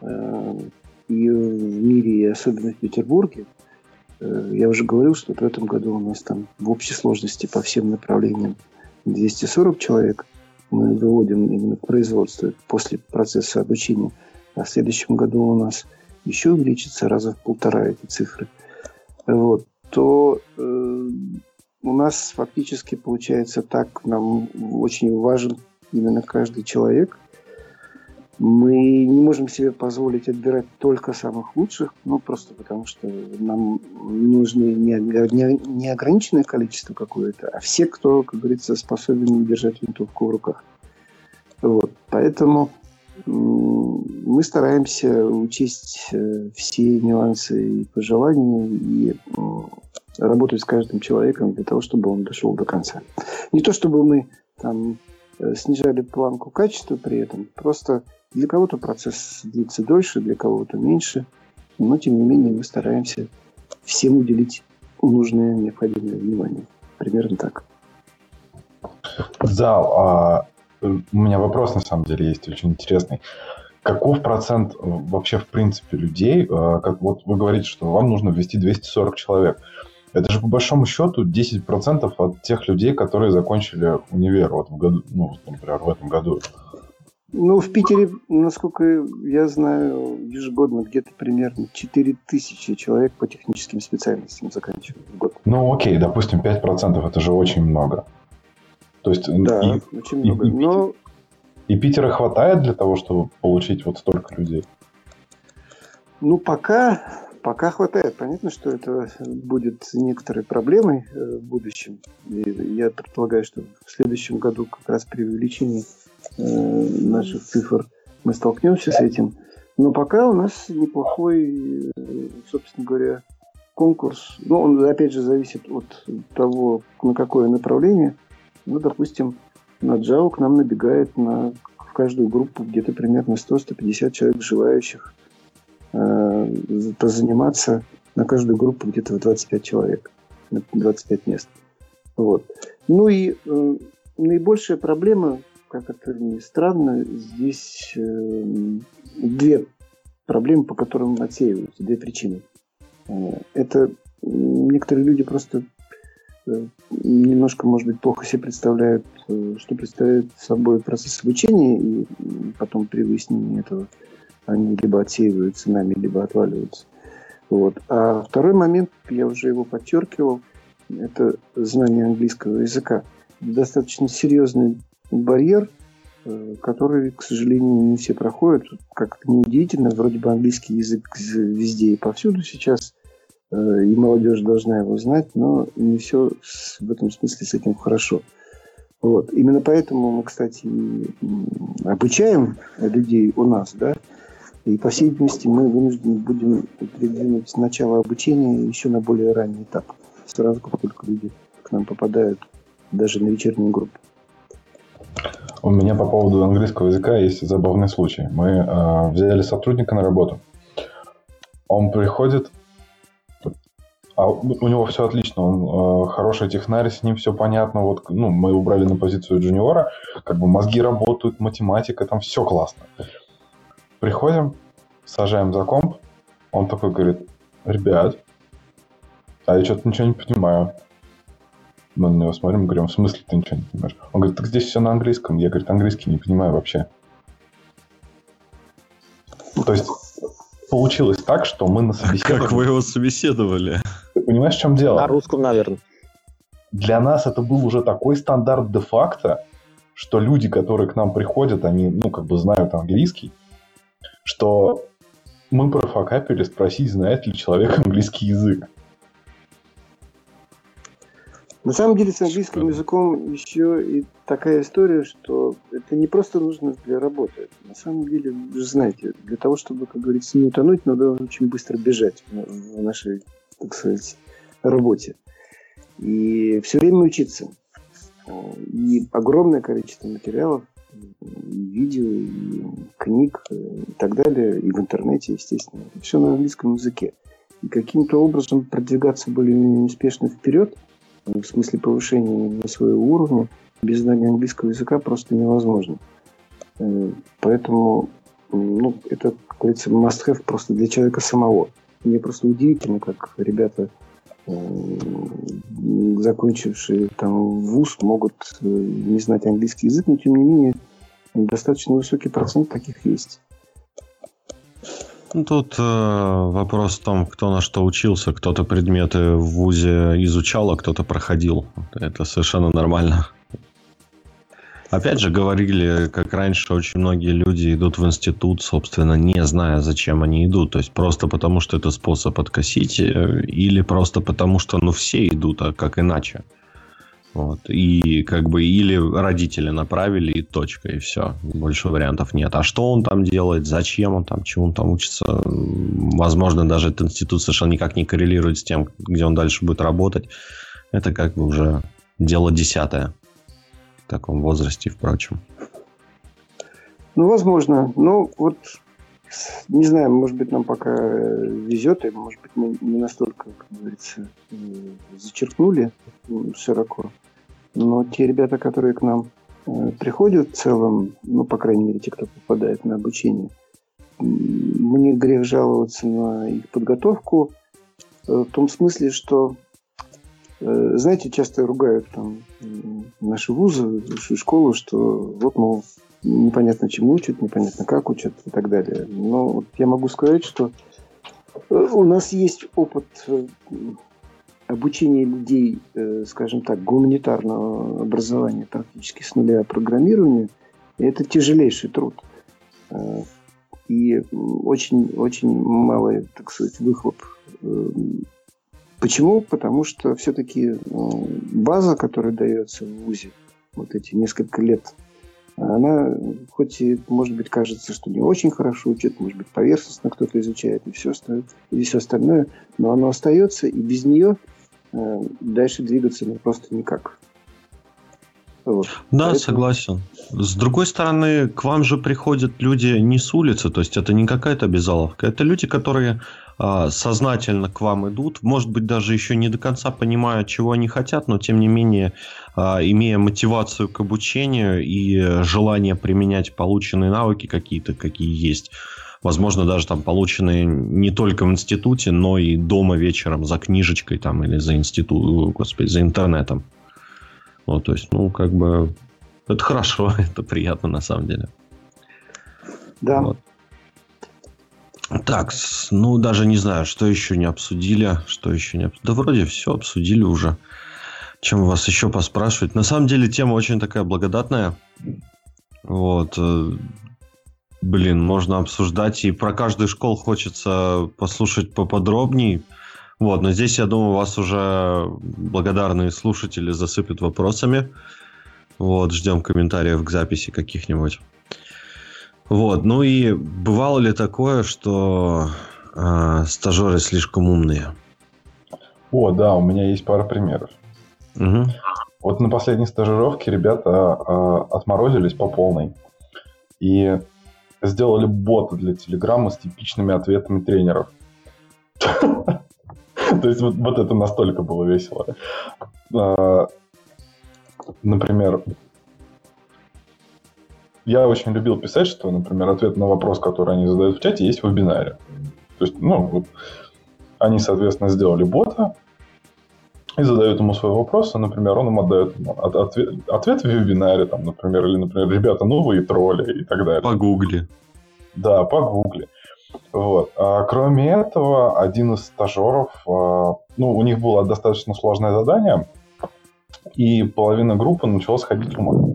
и в мире, и особенно в Петербурге, я уже говорил, что в этом году у нас там в общей сложности по всем направлениям 240 человек мы выводим именно в производство после процесса обучения. А в следующем году у нас еще увеличится раза в 1,5 эти цифры. Вот. То у нас фактически получается так, нам очень важен именно каждый человек. Мы не можем себе позволить отбирать только самых лучших, просто потому что нам нужно не ограниченное количество какое-то, а все, кто, как говорится, способен держать винтовку в руках. Вот. Поэтому мы стараемся учесть все нюансы и пожелания и работать с каждым человеком для того, чтобы он дошел до конца. Не то, чтобы мы там снижали планку качества при этом, просто для кого-то процесс длится дольше, для кого-то меньше, но тем не менее мы стараемся всем уделить нужное необходимое внимание. Примерно так. Зал, у меня вопрос на самом деле есть очень интересный. Каков процент вообще в принципе людей, как вот вы говорите, что вам нужно ввести 240 человек? Это же по большому счету 10% от тех людей, которые закончили универ вот в году, например, в этом году. В Питере, насколько я знаю, ежегодно где-то примерно 4000 человек по техническим специальностям заканчивают в год. Окей, допустим, 5%, это же очень много. То есть, да, очень много. И Питера хватает для того, чтобы получить вот столько людей? Пока хватает. Понятно, что это будет некоторой проблемой в будущем. И я предполагаю, что в следующем году как раз при увеличении наших цифр мы столкнемся с этим. Но пока у нас неплохой, собственно говоря, конкурс. Он, опять же, зависит от того, на какое направление. Допустим, на Java к нам набегает в каждую группу где-то примерно 100-150 человек желающих позаниматься на каждую группу где-то в 25 человек, 25 мест. Вот. И наибольшая проблема, как это ни странно, здесь две проблемы, по которым отсеиваются, две причины. Это некоторые люди просто немножко, может быть, плохо себе представляют, что представляет собой процесс обучения, и потом при выяснении этого они либо отсеиваются нами, либо отваливаются. Вот. А второй момент, я уже его подчеркивал, это знание английского языка. Достаточно серьезный барьер, который, к сожалению, не все проходят. Как-то неудивительно, вроде бы английский язык везде и повсюду сейчас, и молодежь должна его знать, но не все в этом смысле с этим хорошо. Вот. Именно поэтому мы, кстати, обучаем людей у нас, да, и, по всей видимости, мы вынуждены будем передвинуть начало обучения еще на более ранний этап. Сразу, как только люди к нам попадают даже на вечернюю группу. У меня по поводу английского языка есть забавный случай. Мы взяли сотрудника на работу. Он приходит, А у него все отлично, он хороший технарь, с ним все понятно. Вот, ну, мы его брали на позицию джуниора, как бы мозги работают, математика, там все классно. Приходим, сажаем за комп, он такой говорит: ребят, а я что-то ничего не понимаю. Мы на него смотрим и говорим: в смысле ты ничего не понимаешь? Он говорит: так здесь все на английском. Я, говорит, английский не понимаю вообще. То есть получилось так, что мы на собеседовании... Как вы его собеседовали? Ты понимаешь, в чем дело? На русском, наверное. Для нас это был уже такой стандарт де-факто, что люди, которые к нам приходят, они, ну, как бы знают английский, что мы профокапили спросить, знает ли человек английский язык. На самом деле с английским языком еще и такая история, что это не просто нужно для работы. На самом деле, вы же знаете, для того, чтобы, как говорится, не утонуть, надо очень быстро бежать в нашей, так сказать, работе. И все время учиться. И огромное количество материалов, и видео, и книг, и так далее, и в интернете, естественно. Все на английском языке. И каким-то образом продвигаться более успешно вперед, в смысле повышения на своего уровня, без знания английского языка просто невозможно. Поэтому, ну, это, как говорится, must-have просто для человека самого. Мне просто удивительно, как ребята, закончившие там вуз, могут не знать английский язык, но тем не менее достаточно высокий процент таких есть. Тут вопрос в том, кто на что учился. Кто-то предметы в вузе изучал, а кто-то проходил. Это совершенно нормально. Опять же, говорили, как раньше, очень многие люди идут в институт, собственно, не зная, зачем они идут. То есть просто потому, что это способ откосить, или просто потому, что ну все идут, а как иначе. Вот. И как бы или родители направили, и точка, и все. Больше вариантов нет. А что он там делает, зачем он там, чему он там учится, возможно, даже этот институт совершенно никак не коррелирует с тем, где он дальше будет работать. Это как бы уже дело 10-е в таком возрасте, впрочем. Ну, возможно. Ну, вот, не знаю, может быть, нам пока везет, и, может быть, мы не настолько, как говорится, зачеркнули широко. Но те ребята, которые к нам приходят в целом, ну, по крайней мере, те, кто попадает на обучение, мне грех жаловаться на их подготовку в том смысле, что, знаете, часто ругают там наши вузы, нашу школу, что вот, мол, непонятно чему учат, непонятно как учат и так далее. Но вот я могу сказать, что у нас есть опыт обучения людей, скажем так, гуманитарного образования практически с нуля программированию. И это тяжелейший труд. И очень малый, так сказать, выхлоп. Почему? Потому что все-таки база, которая дается в вузе, вот эти несколько лет, она, хоть и, может быть, кажется, что не очень хорошо учат, может быть, поверхностно кто-то изучает и все остальное, но она остается, и без нее дальше двигаться просто никак. Вот. Да, Поэтому... согласен. С другой стороны, к вам же приходят люди не с улицы, то есть это не какая-то обязаловка, это люди, которые сознательно к вам идут, может быть, даже еще не до конца понимая, чего они хотят, но тем не менее, имея мотивацию к обучению и желание применять полученные навыки какие-то, какие есть, возможно, даже там полученные не только в институте, но и дома вечером за книжечкой там или за за интернетом. Вот, то есть, ну, как бы, это хорошо, это приятно на самом деле. Да. Вот. Так, ну, даже не знаю, что еще не обсудили, Да вроде все обсудили уже. Чем вас еще поспрашивать? На самом деле, тема очень такая благодатная. Вот. Блин, можно обсуждать, и про каждую школу хочется послушать поподробнее. Вот, но здесь, я думаю, вас уже благодарные слушатели засыпят вопросами. Вот, ждем комментариев к записи каких-нибудь. Вот, ну и бывало ли такое, что стажеры слишком умные? О, да, у меня есть пара примеров. Угу. Вот на последней стажировке ребята отморозились по полной и сделали бота для Телеграма с типичными ответами тренеров. То есть вот это настолько было весело. Например, я очень любил писать, что, например, ответ на вопрос, который они задают в чате, есть в вебинаре. То есть, вот они, соответственно, сделали бота и задают ему свой вопрос, и, например, он им отдает ответ в вебинаре, там, например, или, например, ребята, новые тролли и так далее. Погугли. Да, погугли. Вот. А кроме этого, один из стажеров, у них было достаточно сложное задание, и половина группы начала сходить с ума.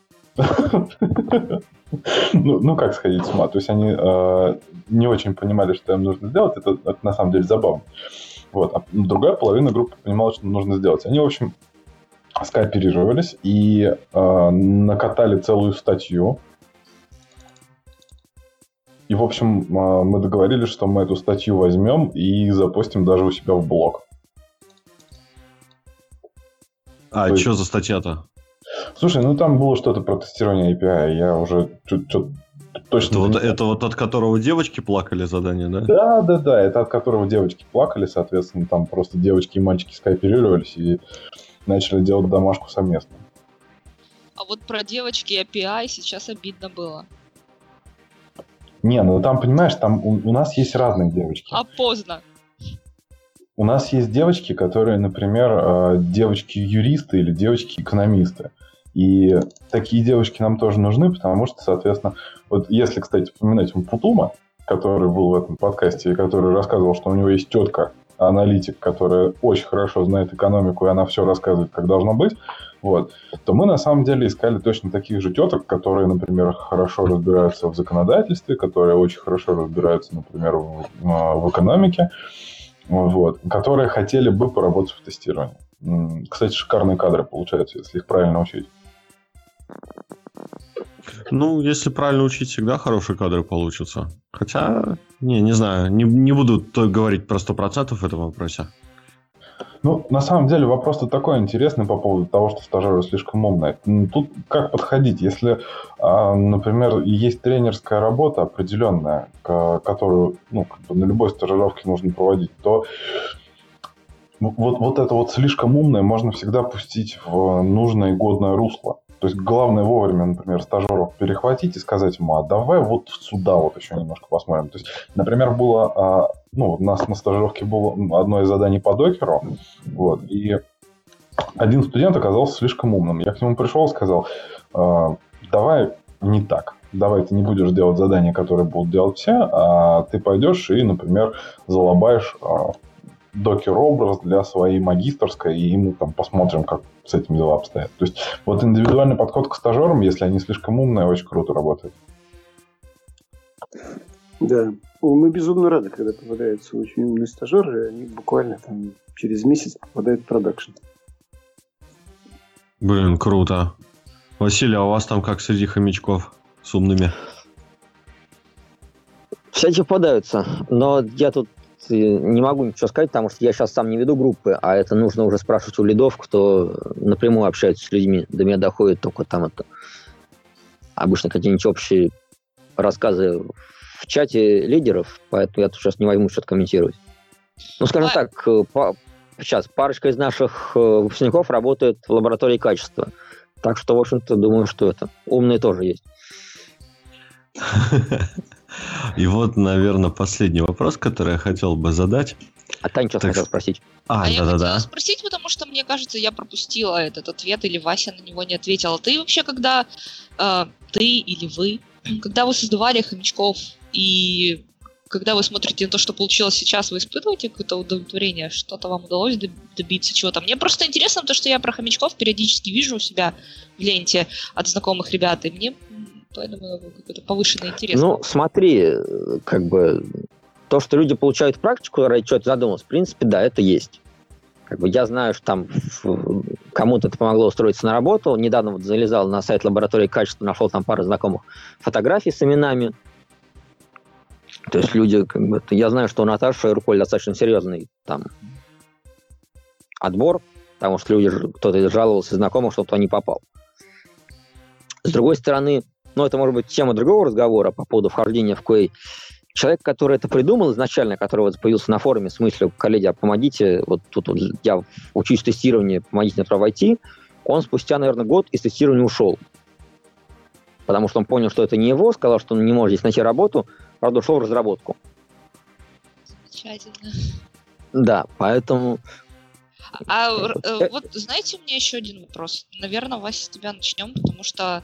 Как сходить с ума? То есть они не очень понимали, что им нужно сделать. Это на самом деле забавно. Вот. А другая половина группы понимала, что нужно сделать. Они, в общем, скооперировались и накатали целую статью. И, в общем, мы договорились, что мы эту статью возьмем и запостим даже у себя в блог. А что за статья-то? Слушай, там было что-то про тестирование API. Я уже точно... Это вот от которого девочки плакали задание, да? Да. Это от которого девочки плакали. Соответственно, там просто девочки и мальчики скооперировались и начали делать домашку совместно. А вот про девочки API сейчас обидно было. Не, там, понимаешь, там у нас есть разные девочки. А поздно. У нас есть девочки, которые, например, девочки-юристы или девочки-экономисты. И такие девочки нам тоже нужны, потому что, соответственно, вот если, кстати, вспоминать Путума, который был в этом подкасте и который рассказывал, что у него есть тетка, аналитик, которая очень хорошо знает экономику, и она все рассказывает, как должно быть, вот, то мы на самом деле искали точно таких же теток, которые, например, хорошо разбираются в законодательстве, которые очень хорошо разбираются, например, в экономике, вот, которые хотели бы поработать в тестировании. Кстати, шикарные кадры получаются, если их правильно учить. Если правильно учить, всегда хорошие кадры получатся. Хотя, не знаю, не буду говорить про 100% в этом вопросе. На самом деле вопрос-то такой интересный по поводу того, что стажеры слишком умные. Тут как подходить? Если, например, есть тренерская работа определенная, которую на любой стажировке нужно проводить, то вот это вот слишком умное можно всегда пустить в нужное и годное русло. То есть главное вовремя, например, стажеров перехватить и сказать ему, а давай вот сюда вот еще немножко посмотрим. То есть, например, было, у нас на стажировке было одно из заданий по докеру, вот, и один студент оказался слишком умным. Я к нему пришел и сказал, давай не так. Давай ты не будешь делать задания, которые будут делать все, а ты пойдешь и, например, залобаешь докер-образ для своей магистерской, и мы там посмотрим, как с этим дела обстоят. То есть вот индивидуальный подход к стажерам, если они слишком умные, очень круто работает. Да. Мы безумно рады, когда попадаются очень умные стажеры, и они буквально там через месяц попадают в продакшн. Блин, круто. Василий, а у вас там как среди хомячков с умными? Всякие попадаются, но я тут не могу ничего сказать, потому что я сейчас сам не веду группы, а это нужно уже спрашивать у лидов, кто напрямую общается с людьми. До меня доходит только там это обычно какие-нибудь общие рассказы в чате лидеров, поэтому я тут сейчас не возьму что-то комментировать. Скажем так, сейчас парочка из наших выпускников работает в лаборатории качества, так что, в общем-то, думаю, что это умные тоже есть. И вот, наверное, последний вопрос, который я хотел бы задать. А Таня что хотела спросить? Я хотела спросить, потому что, мне кажется, я пропустила этот ответ, или Вася на него не ответила. Ты вообще, когда ты или вы, когда вы создавали хомячков, и когда вы смотрите на то, что получилось сейчас, вы испытываете какое-то удовлетворение? Что-то вам удалось добиться чего-то? Мне просто интересно то, что я про хомячков периодически вижу у себя в ленте от знакомых ребят, и мне... Поэтому какой-то повышенный интерес. Смотри, то, что люди получают практику, ради чего ты задумался, в принципе, да, это есть. Я знаю, что там кому-то это помогло устроиться на работу. Недавно залезал на сайт лаборатории качества, нашел там пару знакомых фотографий с именами. То есть люди, я знаю, что у Наташи и Руколь достаточно серьезный там отбор, потому что кто-то жаловался знакомым, что кто не попал. С другой стороны, это может быть тема другого разговора по поводу вхождения в QA. человек, который это придумал изначально, который вот появился на форуме с мыслью, коллеги, а помогите, вот тут вот я учусь тестированию, помогите мне туда войти, он спустя, наверное, год из тестирования ушел. Потому что он понял, что это не его, сказал, что он не может здесь найти работу, правда, ушел в разработку. Замечательно. Да, поэтому... Вот знаете, у меня еще один вопрос. Наверное, Вася, с тебя начнем, потому что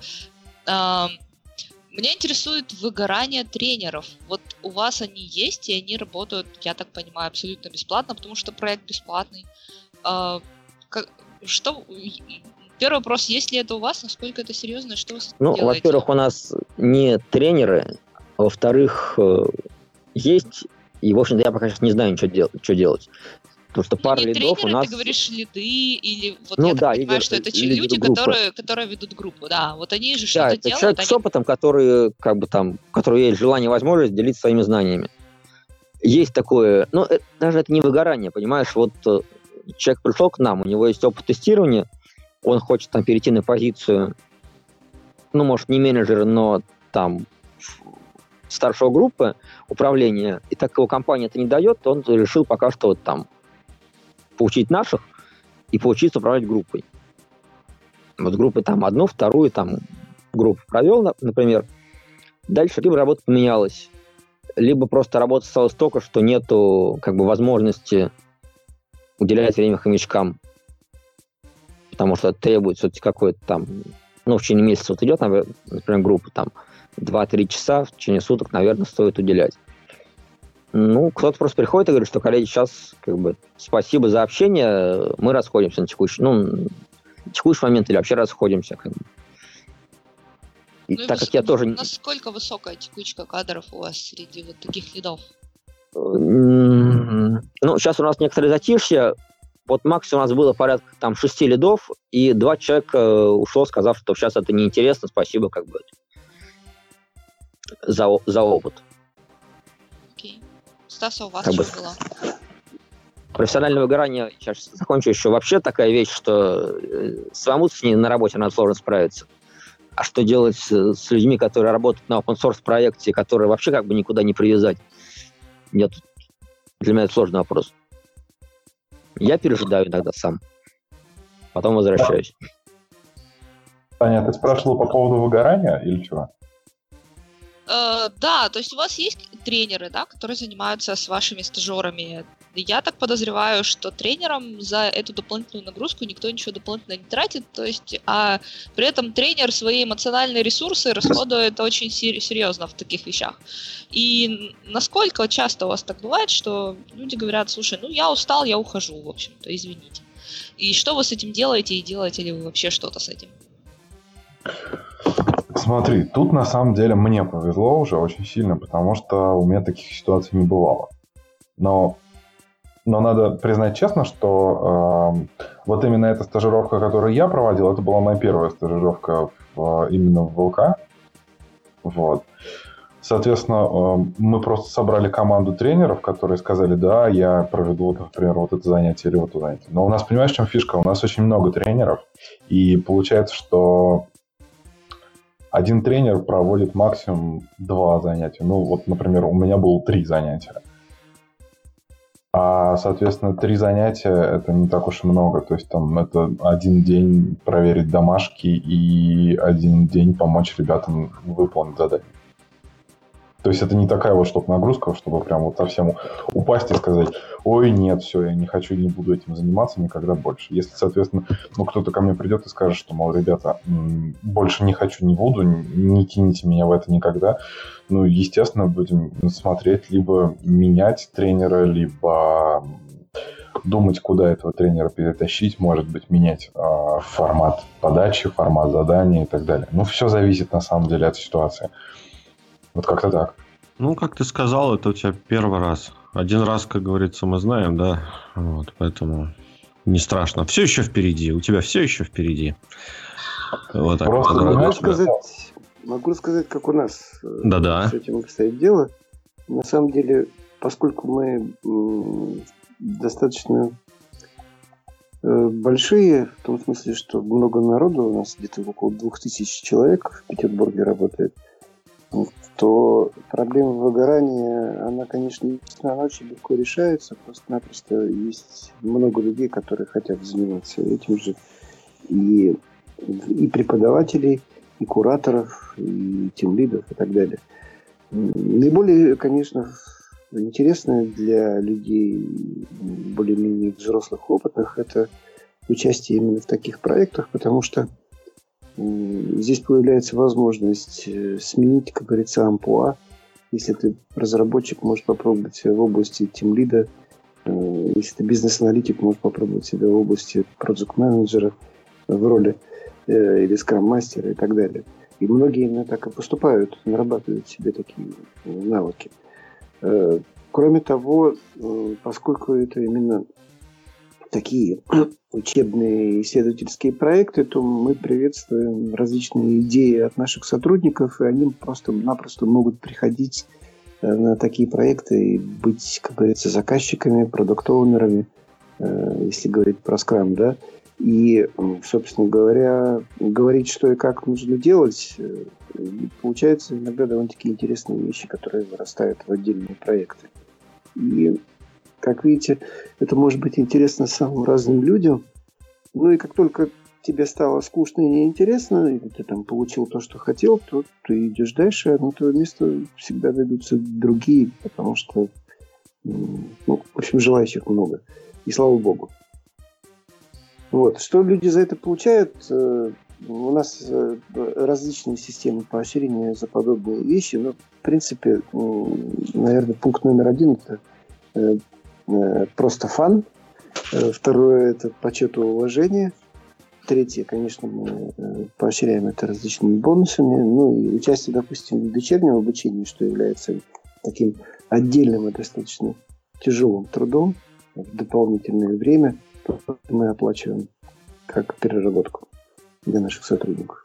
меня интересует выгорание тренеров. Вот у вас они есть, и они работают, я так понимаю, абсолютно бесплатно, потому что проект бесплатный. Первый вопрос, есть ли это у вас, насколько это серьезно, что вы с этим делаете? Во-первых, у нас не тренеры, а во-вторых, есть, и, в общем-то, я пока сейчас не знаю, что делать. Потому что пара лидов у нас... Ты говоришь лиды, или вот я так понимаю, что это люди, которые ведут группу, да, вот они же что-то делают. Человек с опытом, который, который есть желание и возможность делиться своими знаниями. Есть такое, даже это не выгорание, понимаешь, вот человек пришел к нам, у него есть опыт тестирования, он хочет там перейти на позицию, может, не менеджера, но там старшего группы управления, и так его компания это не дает, то он решил пока что вот там поучить наших и поучиться управлять группой. Вот группы там одну, вторую там группу провел, например. Дальше либо работа поменялась, либо просто работа стала столько, что нету возможности уделять время хомячкам. Потому что требует все-таки какой-то там, в течение месяца вот идет, например, группа там 2-3 часа в течение суток, наверное, стоит уделять. Кто-то просто приходит и говорит, что, коллеги, сейчас спасибо за общение, мы расходимся на текущий момент или вообще расходимся. И так как я тоже... Насколько высокая текучка кадров у вас среди вот таких лидов? Сейчас у нас некоторые затишья. Вот максимум у нас было порядка 6 лидов, и 2 человека ушло, сказав, что сейчас это неинтересно, спасибо за опыт. Окей. Стас, у вас что было? Профессиональное выгорание, сейчас закончу еще, вообще такая вещь, что самому с ней на работе надо сложно справиться. А что делать с людьми, которые работают на open-source проекте, которые вообще никуда не привязать? Для меня это сложный вопрос. Я пережидаю иногда сам. Потом возвращаюсь. Таня, ты спрашивала по поводу выгорания или чего? Да, то есть у вас есть тренеры, да, которые занимаются с вашими стажерами. Я так подозреваю, что тренерам за эту дополнительную нагрузку никто ничего дополнительно не тратит, то есть, а при этом тренер свои эмоциональные ресурсы расходует очень серьезно в таких вещах. И насколько часто у вас так бывает, что люди говорят, слушай, я устал, я ухожу, в общем-то, извините. И что вы с этим делаете, и делаете ли вы вообще что-то с этим? Смотри, тут на самом деле мне повезло уже очень сильно, потому что у меня таких ситуаций не бывало. Но надо признать честно, что вот именно эта стажировка, которую я проводил, это была моя первая стажировка именно в ВЛК. Вот. Соответственно, мы просто собрали команду тренеров, которые сказали, да, я проведу, например, вот это занятие или вот это занятие. Но у нас, понимаешь, в чем фишка? У нас очень много тренеров, и получается, что один тренер проводит максимум 2 занятия. Например, у меня было 3 занятия. А, соответственно, 3 занятия – это не так уж и много. То есть, это 1 день проверить домашки и 1 день помочь ребятам выполнить задание. То есть, это не такая чтобы нагрузка, чтобы прям совсем упасть и сказать, ой, нет, все, я не хочу, не буду этим заниматься никогда больше. Если, соответственно, кто-то ко мне придет и скажет, что, ребята, больше не хочу, не буду, не тяните меня в это никогда, естественно, будем смотреть, либо менять тренера, либо думать, куда этого тренера перетащить, может быть, менять формат подачи, формат задания и так далее. Все зависит, на самом деле, от ситуации. Вот как-то так. Как ты сказал, это у тебя первый раз. Один раз, как говорится, мы знаем, да. Вот, поэтому не страшно. Все еще впереди. У тебя все еще впереди. Вот так. Могу сказать, как у нас с этим обстоит дело. На самом деле, поскольку мы достаточно большие, в том смысле, что много народу, у нас где-то около 2000 человек в Петербурге работает. В то проблема выгорания, она, конечно, она очень легко решается. Просто-напросто есть много людей, которые хотят заниматься этим же. И преподавателей, и кураторов, и тимлидов, и так далее. Наиболее, конечно, интересное для людей более-менее взрослых, опытных, это участие именно в таких проектах, потому что здесь появляется возможность сменить, как говорится, амплуа. Если ты разработчик, можешь попробовать себя в области тимлида. Если ты бизнес-аналитик, можешь попробовать себя в области проект-менеджера в роли или скрам-мастера и так далее. И многие именно так и поступают, нарабатывают себе такие навыки. Кроме того, поскольку это именно такие учебные исследовательские проекты, то мы приветствуем различные идеи от наших сотрудников, и они просто-напросто могут приходить на такие проекты и быть, как говорится, заказчиками, продукт-оунерами, если говорить про скрам, да. И, собственно говоря, говорить, что и как нужно делать, получается иногда довольно-таки интересные вещи, которые вырастают в отдельные проекты. И, как видите, это может быть интересно самым разным людям. Ну и как только тебе стало скучно и неинтересно, и ты там получил то, что хотел, то ты идешь дальше, а на твое место всегда найдутся другие, потому что, в общем, желающих много. И слава богу. Вот. Что люди за это получают? У нас различные системы поощрения за подобные вещи, но, в принципе, наверное, пункт номер 1 – это просто фан. Второе – это почет и уважение. Третье, конечно, мы поощряем это различными бонусами. Ну и участие, допустим, в вечернем обучении, что является таким отдельным и достаточно тяжелым трудом в дополнительное время, мы оплачиваем как переработку для наших сотрудников.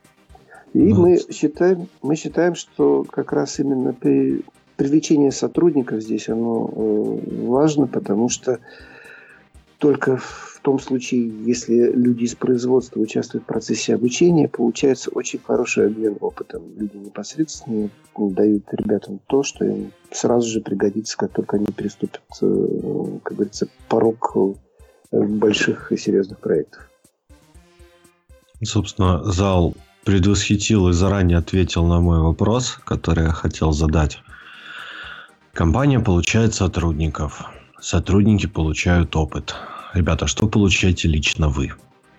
И мы считаем, что как раз именно привлечение сотрудников здесь оно важно, потому что только в том случае, если люди из производства участвуют в процессе обучения, получается очень хороший обмен опытом. Люди непосредственно дают ребятам то, что им сразу же пригодится, как только они переступят, как говорится, порог больших и серьезных проектов. Собственно, зал предвосхитил и заранее ответил на мой вопрос, который я хотел задать. Компания получает сотрудников. Сотрудники получают опыт. Ребята, что получаете лично вы?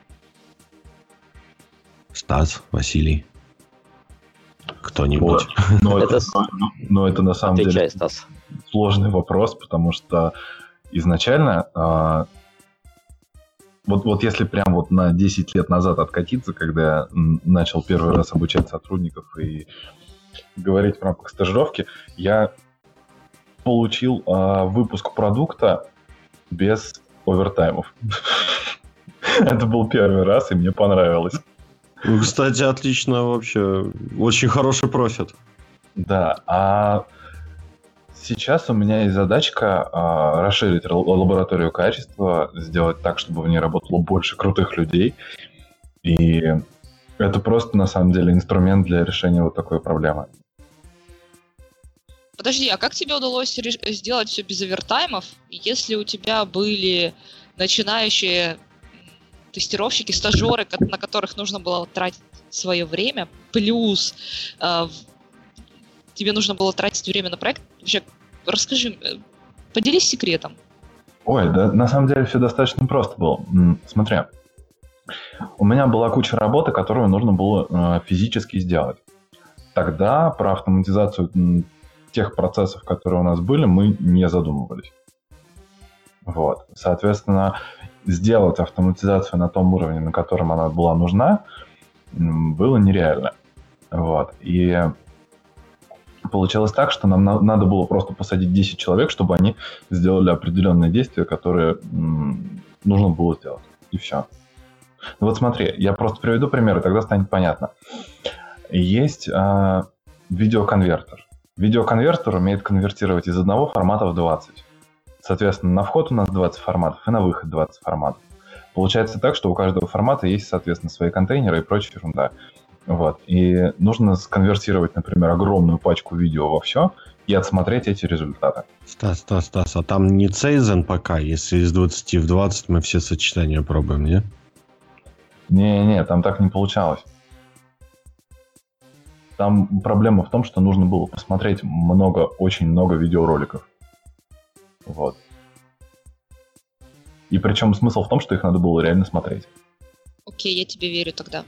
Стас, Василий? Кто-нибудь? Это на самом деле Стас. сложный вопрос, потому что изначально... Вот если прям вот на 10 лет назад откатиться, когда я начал первый раз обучать сотрудников и говорить в рамках стажировки, я получил выпуск продукта без овертаймов. Это был первый раз, и мне понравилось. Кстати, отлично вообще. Очень хороший профит. Да, а сейчас у меня есть задачка расширить лабораторию качества, сделать так, чтобы в ней работало больше крутых людей. И это просто, на самом деле, инструмент для решения вот такой проблемы. Подожди, а как тебе удалось сделать все без овертаймов, если у тебя были начинающие тестировщики, стажеры, на которых нужно было тратить свое время, плюс тебе нужно было тратить время на проект? Вообще, расскажи, поделись секретом. Ой, да, на самом деле все достаточно просто было. Смотри, у меня была куча работы, которую нужно было физически сделать. Тогда про автоматизацию тех процессов, которые у нас были, мы не задумывались. Вот. Соответственно, сделать автоматизацию на том уровне, на котором она была нужна, было нереально. Вот. И получилось так, что нам надо было просто посадить 10 человек, чтобы они сделали определенные действия, которые нужно было сделать. И все. Ну вот смотри, я просто приведу пример, и тогда станет понятно. Есть видеоконвертер. Видеоконвертер умеет конвертировать из одного формата в 20. Соответственно, на вход у нас 20 форматов, и на выход 20 форматов. Получается так, что у каждого формата есть, соответственно, свои контейнеры и прочая ерунда. Вот. И нужно сконвертировать, например, огромную пачку видео во все и отсмотреть эти результаты. Стас, а там не Цейзен пока, если из 20 в 20 мы все сочетания пробуем, не? Не, там так не получалось. Там проблема в том, что нужно было посмотреть очень много видеороликов. Вот. И причем смысл в том, что их надо было реально смотреть. Окей, я тебе верю тогда.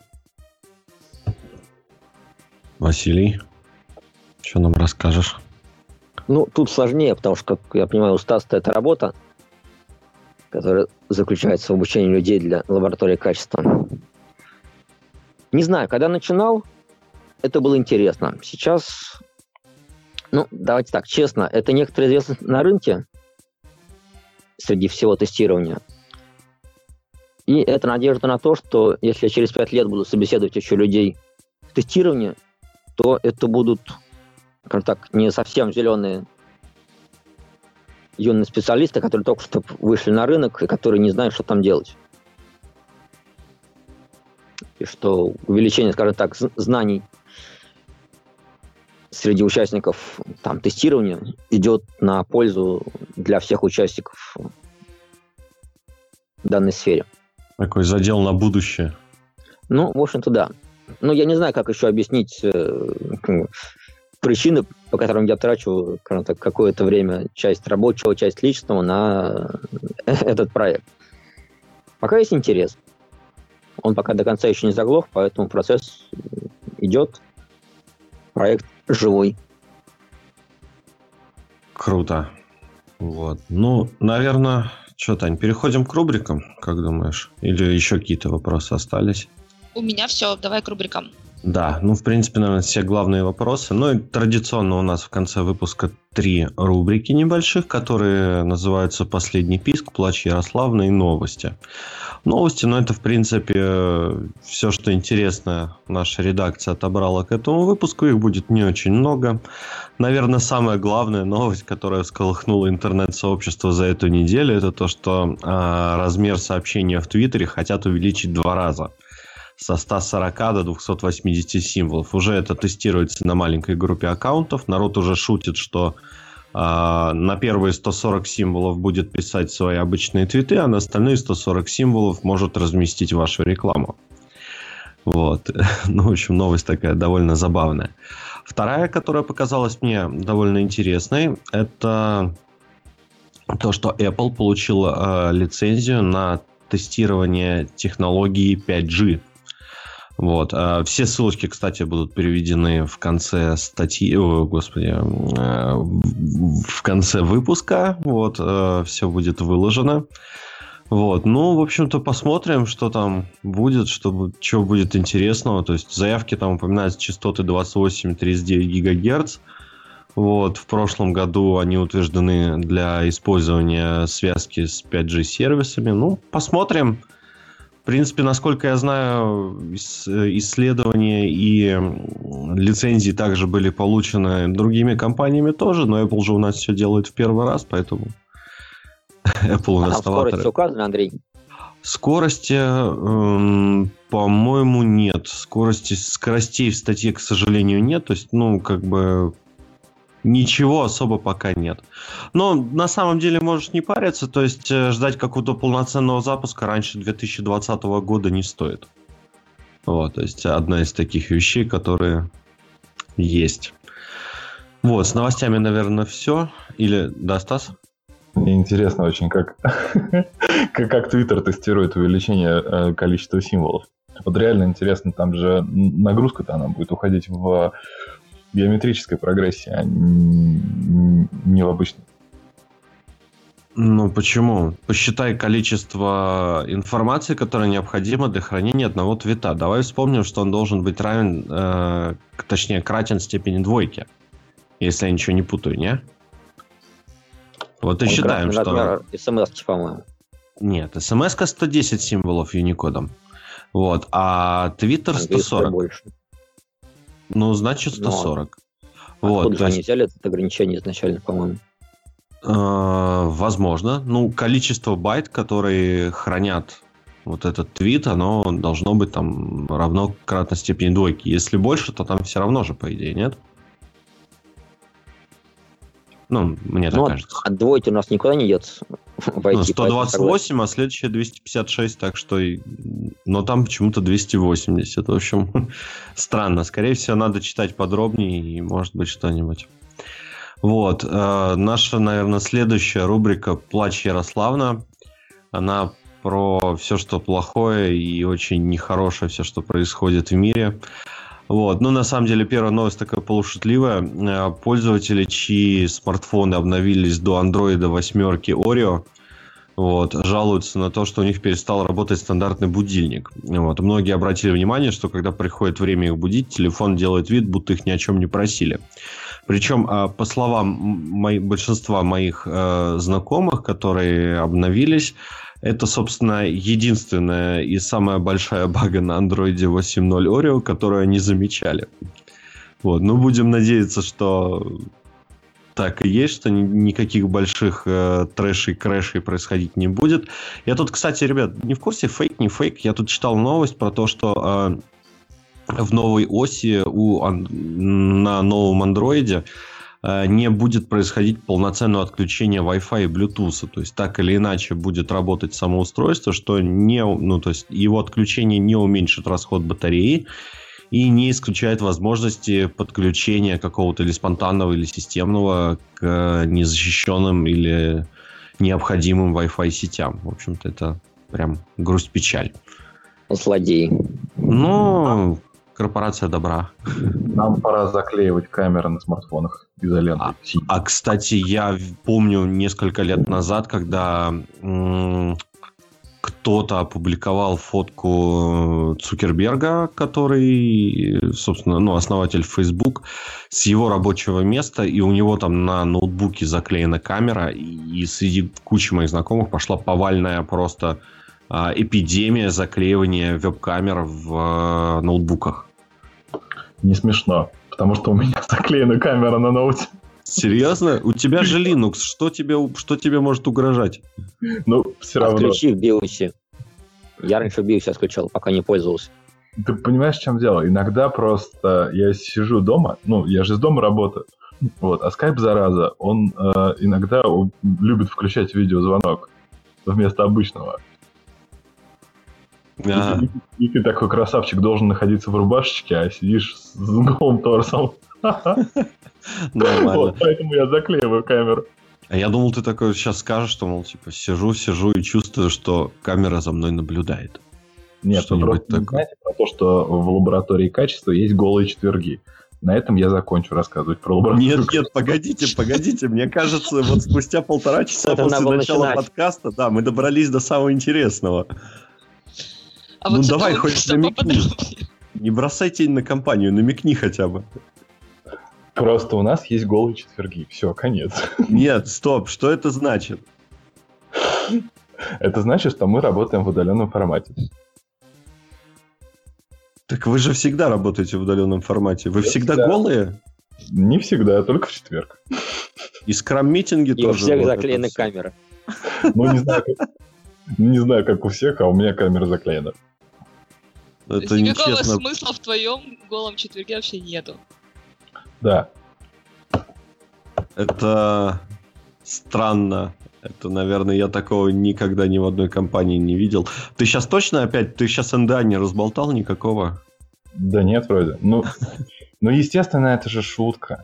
Василий, что нам расскажешь? Ну, тут сложнее, потому что, как я понимаю, у Стаса это работа, которая заключается в обучении людей для лаборатории качества. Не знаю, когда начинал, это было интересно. Сейчас, давайте так, честно, это некоторая известность на рынке среди всего тестирования. И это надежда на то, что если я через 5 лет буду собеседовать еще людей в тестировании, то это будут, скажем так, не совсем зеленые юные специалисты, которые только что вышли на рынок и которые не знают, что там делать. И что увеличение, скажем так, знаний среди участников тестирования идет на пользу для всех участников в данной сфере. Такой задел на будущее. В общем-то, да. Я не знаю, как еще объяснить причины, по которым я трачу, скажем так, какое-то время, часть рабочего, часть личного на этот проект. Пока есть интерес. Он пока до конца еще не заглох, поэтому процесс идет. Проект живой. Круто. Вот. Наверное, что, Тань, переходим к рубрикам, как думаешь? Или еще какие-то вопросы остались? У меня все, давай к рубрикам. Да, в принципе, наверное, все главные вопросы. И традиционно у нас в конце выпуска 3 рубрики небольших, которые называются «Последний писк», «Плач Ярославны» и «Новости». Новости, это, в принципе, все, что интересно, наша редакция отобрала к этому выпуску. Их будет не очень много. Наверное, самая главная новость, которая всколыхнула интернет-сообщество за эту неделю, это то, что размер сообщения в Твиттере хотят увеличить 2 раза. Со 140 до 280 символов. Уже это тестируется на маленькой группе аккаунтов. Народ уже шутит, что на первые 140 символов будет писать свои обычные твиты, а на остальные 140 символов может разместить вашу рекламу. Вот. В общем, новость такая довольно забавная. Вторая, которая показалась мне довольно интересной, это то, что Apple получила лицензию на тестирование технологии 5G. Вот. Все ссылочки, кстати, будут переведены в конце статьи, в конце выпуска. Вот. Все будет выложено. Вот. В общем-то, посмотрим, что там будет, что будет интересного. То есть, заявки там упоминаются частоты 28-39 ГГц. Вот. В прошлом году они утверждены для использования связки с 5G-сервисами. Посмотрим. В принципе, насколько я знаю, исследования и лицензии также были получены другими компаниями тоже, но Apple же у нас все делает в первый раз, поэтому Apple у нас новатор. Скорость указана, Андрей? Скорости, по-моему, нет. Скоростей в статье, к сожалению, нет. То есть, ничего особо пока нет. Но на самом деле можешь не париться, то есть ждать какого-то полноценного запуска раньше 2020 года не стоит. Вот, то есть одна из таких вещей, которые есть. Вот, с новостями, наверное, все. Или, да, Стас? Мне интересно очень, как Twitter тестирует увеличение количества символов. Вот реально интересно, там же нагрузка-то она будет уходить в геометрической прогрессии, а не в обычной. Почему? Посчитай количество информации, которая необходима для хранения одного твита. Давай вспомним, что он должен быть равен, кратен степени 2. Если я ничего не путаю, не? Вот и считаем, что... СМС, по-моему. Нет, СМС-ка 110 символов юникодом. Вот, а Твиттер 140. Больше. Значит 140. Откуда же они взяли это ограничение изначально, по-моему? Возможно. Количество байт, которые хранят вот этот твит, оно должно быть там равно кратной степени двойки. Если больше, то там все равно же, по идее, нет? Ну, мне так кажется. От двойки у нас никуда не идет войти. 128, а следующее 256, так что... Но там почему-то 280. В общем, странно. Скорее всего, надо читать подробнее, и может быть что-нибудь. Вот. Наша, наверное, следующая рубрика «Плач Ярославна». Она про все, что плохое и очень нехорошее, все, что происходит в мире. Вот. Ну, на самом деле, первая новость такая полушутливая. Пользователи, чьи смартфоны обновились до Android 8 Oreo, вот, жалуются на то, что у них перестал работать стандартный будильник. Вот. Многие обратили внимание, что когда приходит время их будить, телефон делает вид, будто их ни о чем не просили. Причем, по словам большинства моих знакомых, которые обновились, это, собственно, единственная и самая большая бага на Android 8.0 Oreo, которую они замечали. Вот. Ну, будем надеяться, что так и есть, что никаких больших трэшей, крэшей происходить не будет. Я тут, кстати, ребят, не в курсе, фейк, не фейк. Я тут читал новость про то, что в новой оси на новом андроиде не будет происходить полноценного отключения Wi-Fi и Bluetooth. То есть, так или иначе будет работать само устройство, что то есть его отключение не уменьшит расход батареи и не исключает возможности подключения какого-то или спонтанного, или системного к незащищенным или необходимым Wi-Fi сетям. В общем-то, это прям грусть-печаль. Злодей. Ну, корпорация добра. Нам пора заклеивать камеры на смартфонах изолентой. Кстати, я помню несколько лет назад, когда кто-то опубликовал фотку Цукерберга, который, собственно, основатель Facebook, с его рабочего места, и у него там на ноутбуке заклеена камера, и среди кучи моих знакомых пошла повальная просто эпидемия заклеивания веб-камер в ноутбуках. Не смешно, потому что у меня заклеена камера на ноуте. Серьезно? У тебя же Linux. Что тебе может угрожать? Ну, все равно. Отключи в биосе. Я раньше в биосе отключал, пока не пользовался. Ты понимаешь, в чем дело? Иногда просто я сижу дома, я же из дома работаю, вот, а Skype, зараза, он иногда любит включать видеозвонок вместо обычного. И ты такой красавчик должен находиться в рубашечке, а сидишь с голым торсом. Нормально. Вот, поэтому я заклеиваю камеру. А я думал, ты такой сейчас скажешь, что, мол, типа, сижу и чувствую, что камера за мной наблюдает. Нет, вы просто не знаете про то, что в лаборатории качества есть голые четверги. На этом я закончу рассказывать про лабораторию. Нет, погодите. Мне кажется, вот спустя 1,5 часа после начала подкаста, да, мы добрались до самого интересного. Ну давай хоть намекни. Не бросай тень на компанию, намекни хотя бы. Просто у нас есть голые четверги. Все, конец. Нет, стоп, что это значит? Это значит, что мы работаем в удаленном формате. Так вы же всегда работаете в удаленном формате. Вы всегда голые? Не всегда, только в четверг. И скрам-митинги тоже. И у всех заклеена камера. Ну, не знаю, как у всех, а у меня камера заклеена. Это никакого смысла в твоем голом четверге вообще нету. Да. Это странно. Это, наверное, я такого никогда ни в одной компании не видел. Ты сейчас точно опять, ты сейчас НДА не разболтал никакого? Да нет, вроде. Ну, естественно, это же шутка.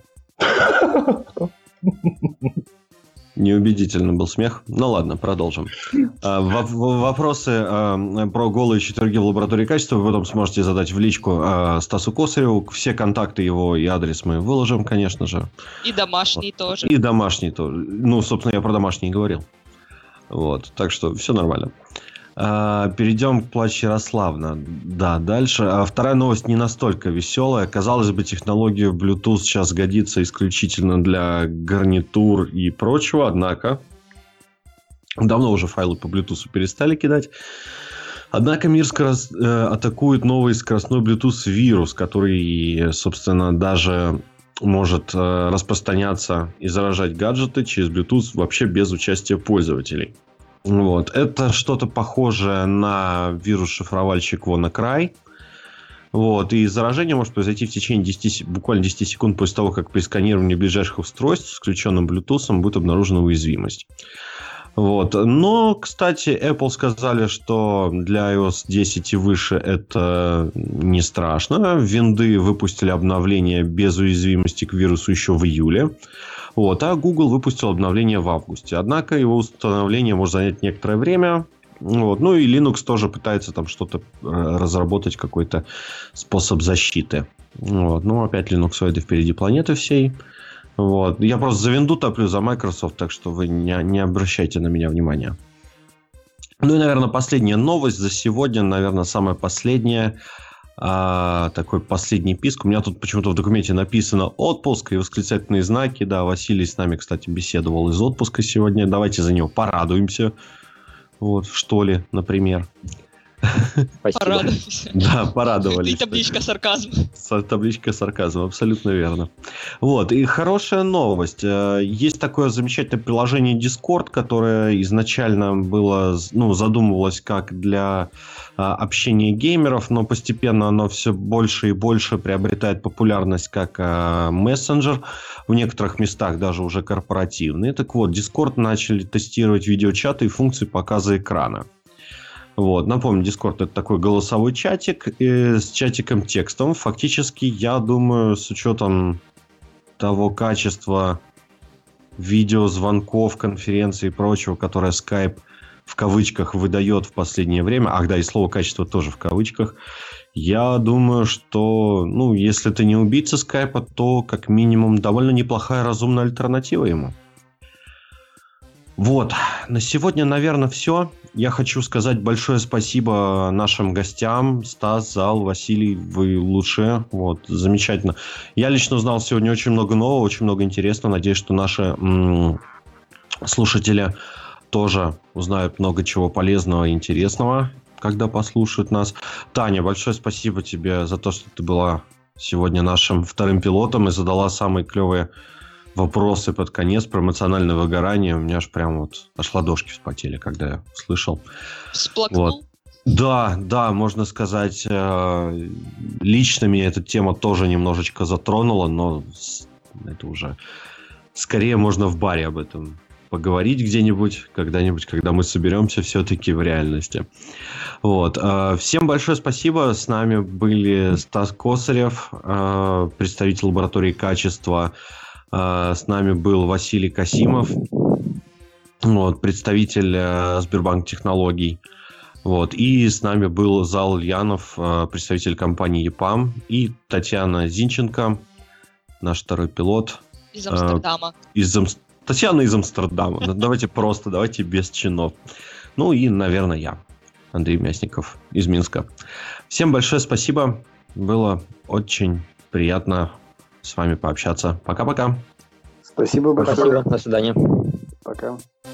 Неубедительно был смех. Ну ладно, продолжим. Вопросы про голые четверги в лаборатории качества вы потом сможете задать в личку Стасу Косареву. Все контакты его и адрес мы выложим, конечно же. И домашний тоже. И домашний тоже. Ну, собственно, я про домашний говорил. Вот, так что все нормально. Перейдем к плачу Ярославна. Да, дальше. Вторая новость не настолько веселая. Казалось бы, технология Bluetooth сейчас годится исключительно для гарнитур и прочего. Однако, давно уже файлы по Bluetooth перестали кидать. Однако мир атакует новый скоростной Bluetooth вирус, который, собственно, даже может распространяться и заражать гаджеты через Bluetooth вообще без участия пользователей. Вот. Это что-то похожее на вирус-шифровальщик WannaCry. Вот. И заражение может произойти в течение буквально 10 секунд после того, как при сканировании ближайших устройств с включенным Bluetooth будет обнаружена уязвимость. Вот. Но, кстати, Apple сказали, что для iOS 10 и выше это не страшно. Винды выпустили обновление без уязвимости к вирусу еще в июле. Вот. А Google выпустил обновление в августе. Однако его установление может занять некоторое время. Вот. Ну и Linux тоже пытается там что-то разработать, какой-то способ защиты. Вот. Ну, опять Linux впереди планеты всей. Вот. Я просто за винду топлю, за Microsoft, так что вы не обращайте на меня внимания. Ну и, наверное, последняя новость за сегодня, наверное, самая последняя. Такой последний писк. У меня тут почему-то в документе написано отпуск и восклицательные знаки. Да, Василий с нами, кстати, беседовал из отпуска сегодня. Давайте за него порадуемся. Вот, что ли, например. Спасибо. Порадовались. Да, порадовались. И табличка сарказма. Табличка сарказма, абсолютно верно. Вот, и хорошая новость. Есть такое замечательное приложение Discord, которое изначально было, задумывалось как для общения геймеров, но постепенно оно все больше и больше приобретает популярность как мессенджер, в некоторых местах даже уже корпоративный. Так вот, Discord начали тестировать видеочаты и функции показа экрана. Вот. Напомню, Discord — это такой голосовой чатик с чатиком текстом. Фактически, я думаю, с учетом того качества видеозвонков, конференций и прочего, которое Skype в кавычках выдает в последнее время, и слово «качество» тоже в кавычках, я думаю, что, если ты не убийца Skype, то как минимум довольно неплохая разумная альтернатива ему. Вот, на сегодня, наверное, все. Я хочу сказать большое спасибо нашим гостям. Стас, Зал, Василий, вы лучшие. Вот, замечательно. Я лично узнал сегодня очень много нового, очень много интересного. Надеюсь, что наши слушатели тоже узнают много чего полезного и интересного, когда послушают нас. Таня, большое спасибо тебе за то, что ты была сегодня нашим вторым пилотом и задала самые клевые вопросы под конец про эмоциональное выгорание. У меня аж ладошки вспотели, когда я слышал. Всплакнул? Вот. Да, можно сказать, лично меня эта тема тоже немножечко затронула, но это уже скорее можно в баре об этом поговорить где-нибудь, когда-нибудь, когда мы соберемся все-таки в реальности. Вот. Всем большое спасибо. С нами были Стас Косарев, представитель лаборатории качества. С нами был Василий Касимов, представитель Сбербанк Технологий. Вот. И с нами был Зал Ульянов, представитель компании EPAM. И Татьяна Зинченко, наш второй пилот. Из Амстердама. Татьяна из Амстердама. Давайте без чинов. Ну и, наверное, я, Андрей Мясников из Минска. Всем большое спасибо. Было очень приятно с вами пообщаться. Пока-пока. Спасибо большое. Спасибо. До свидания. Пока.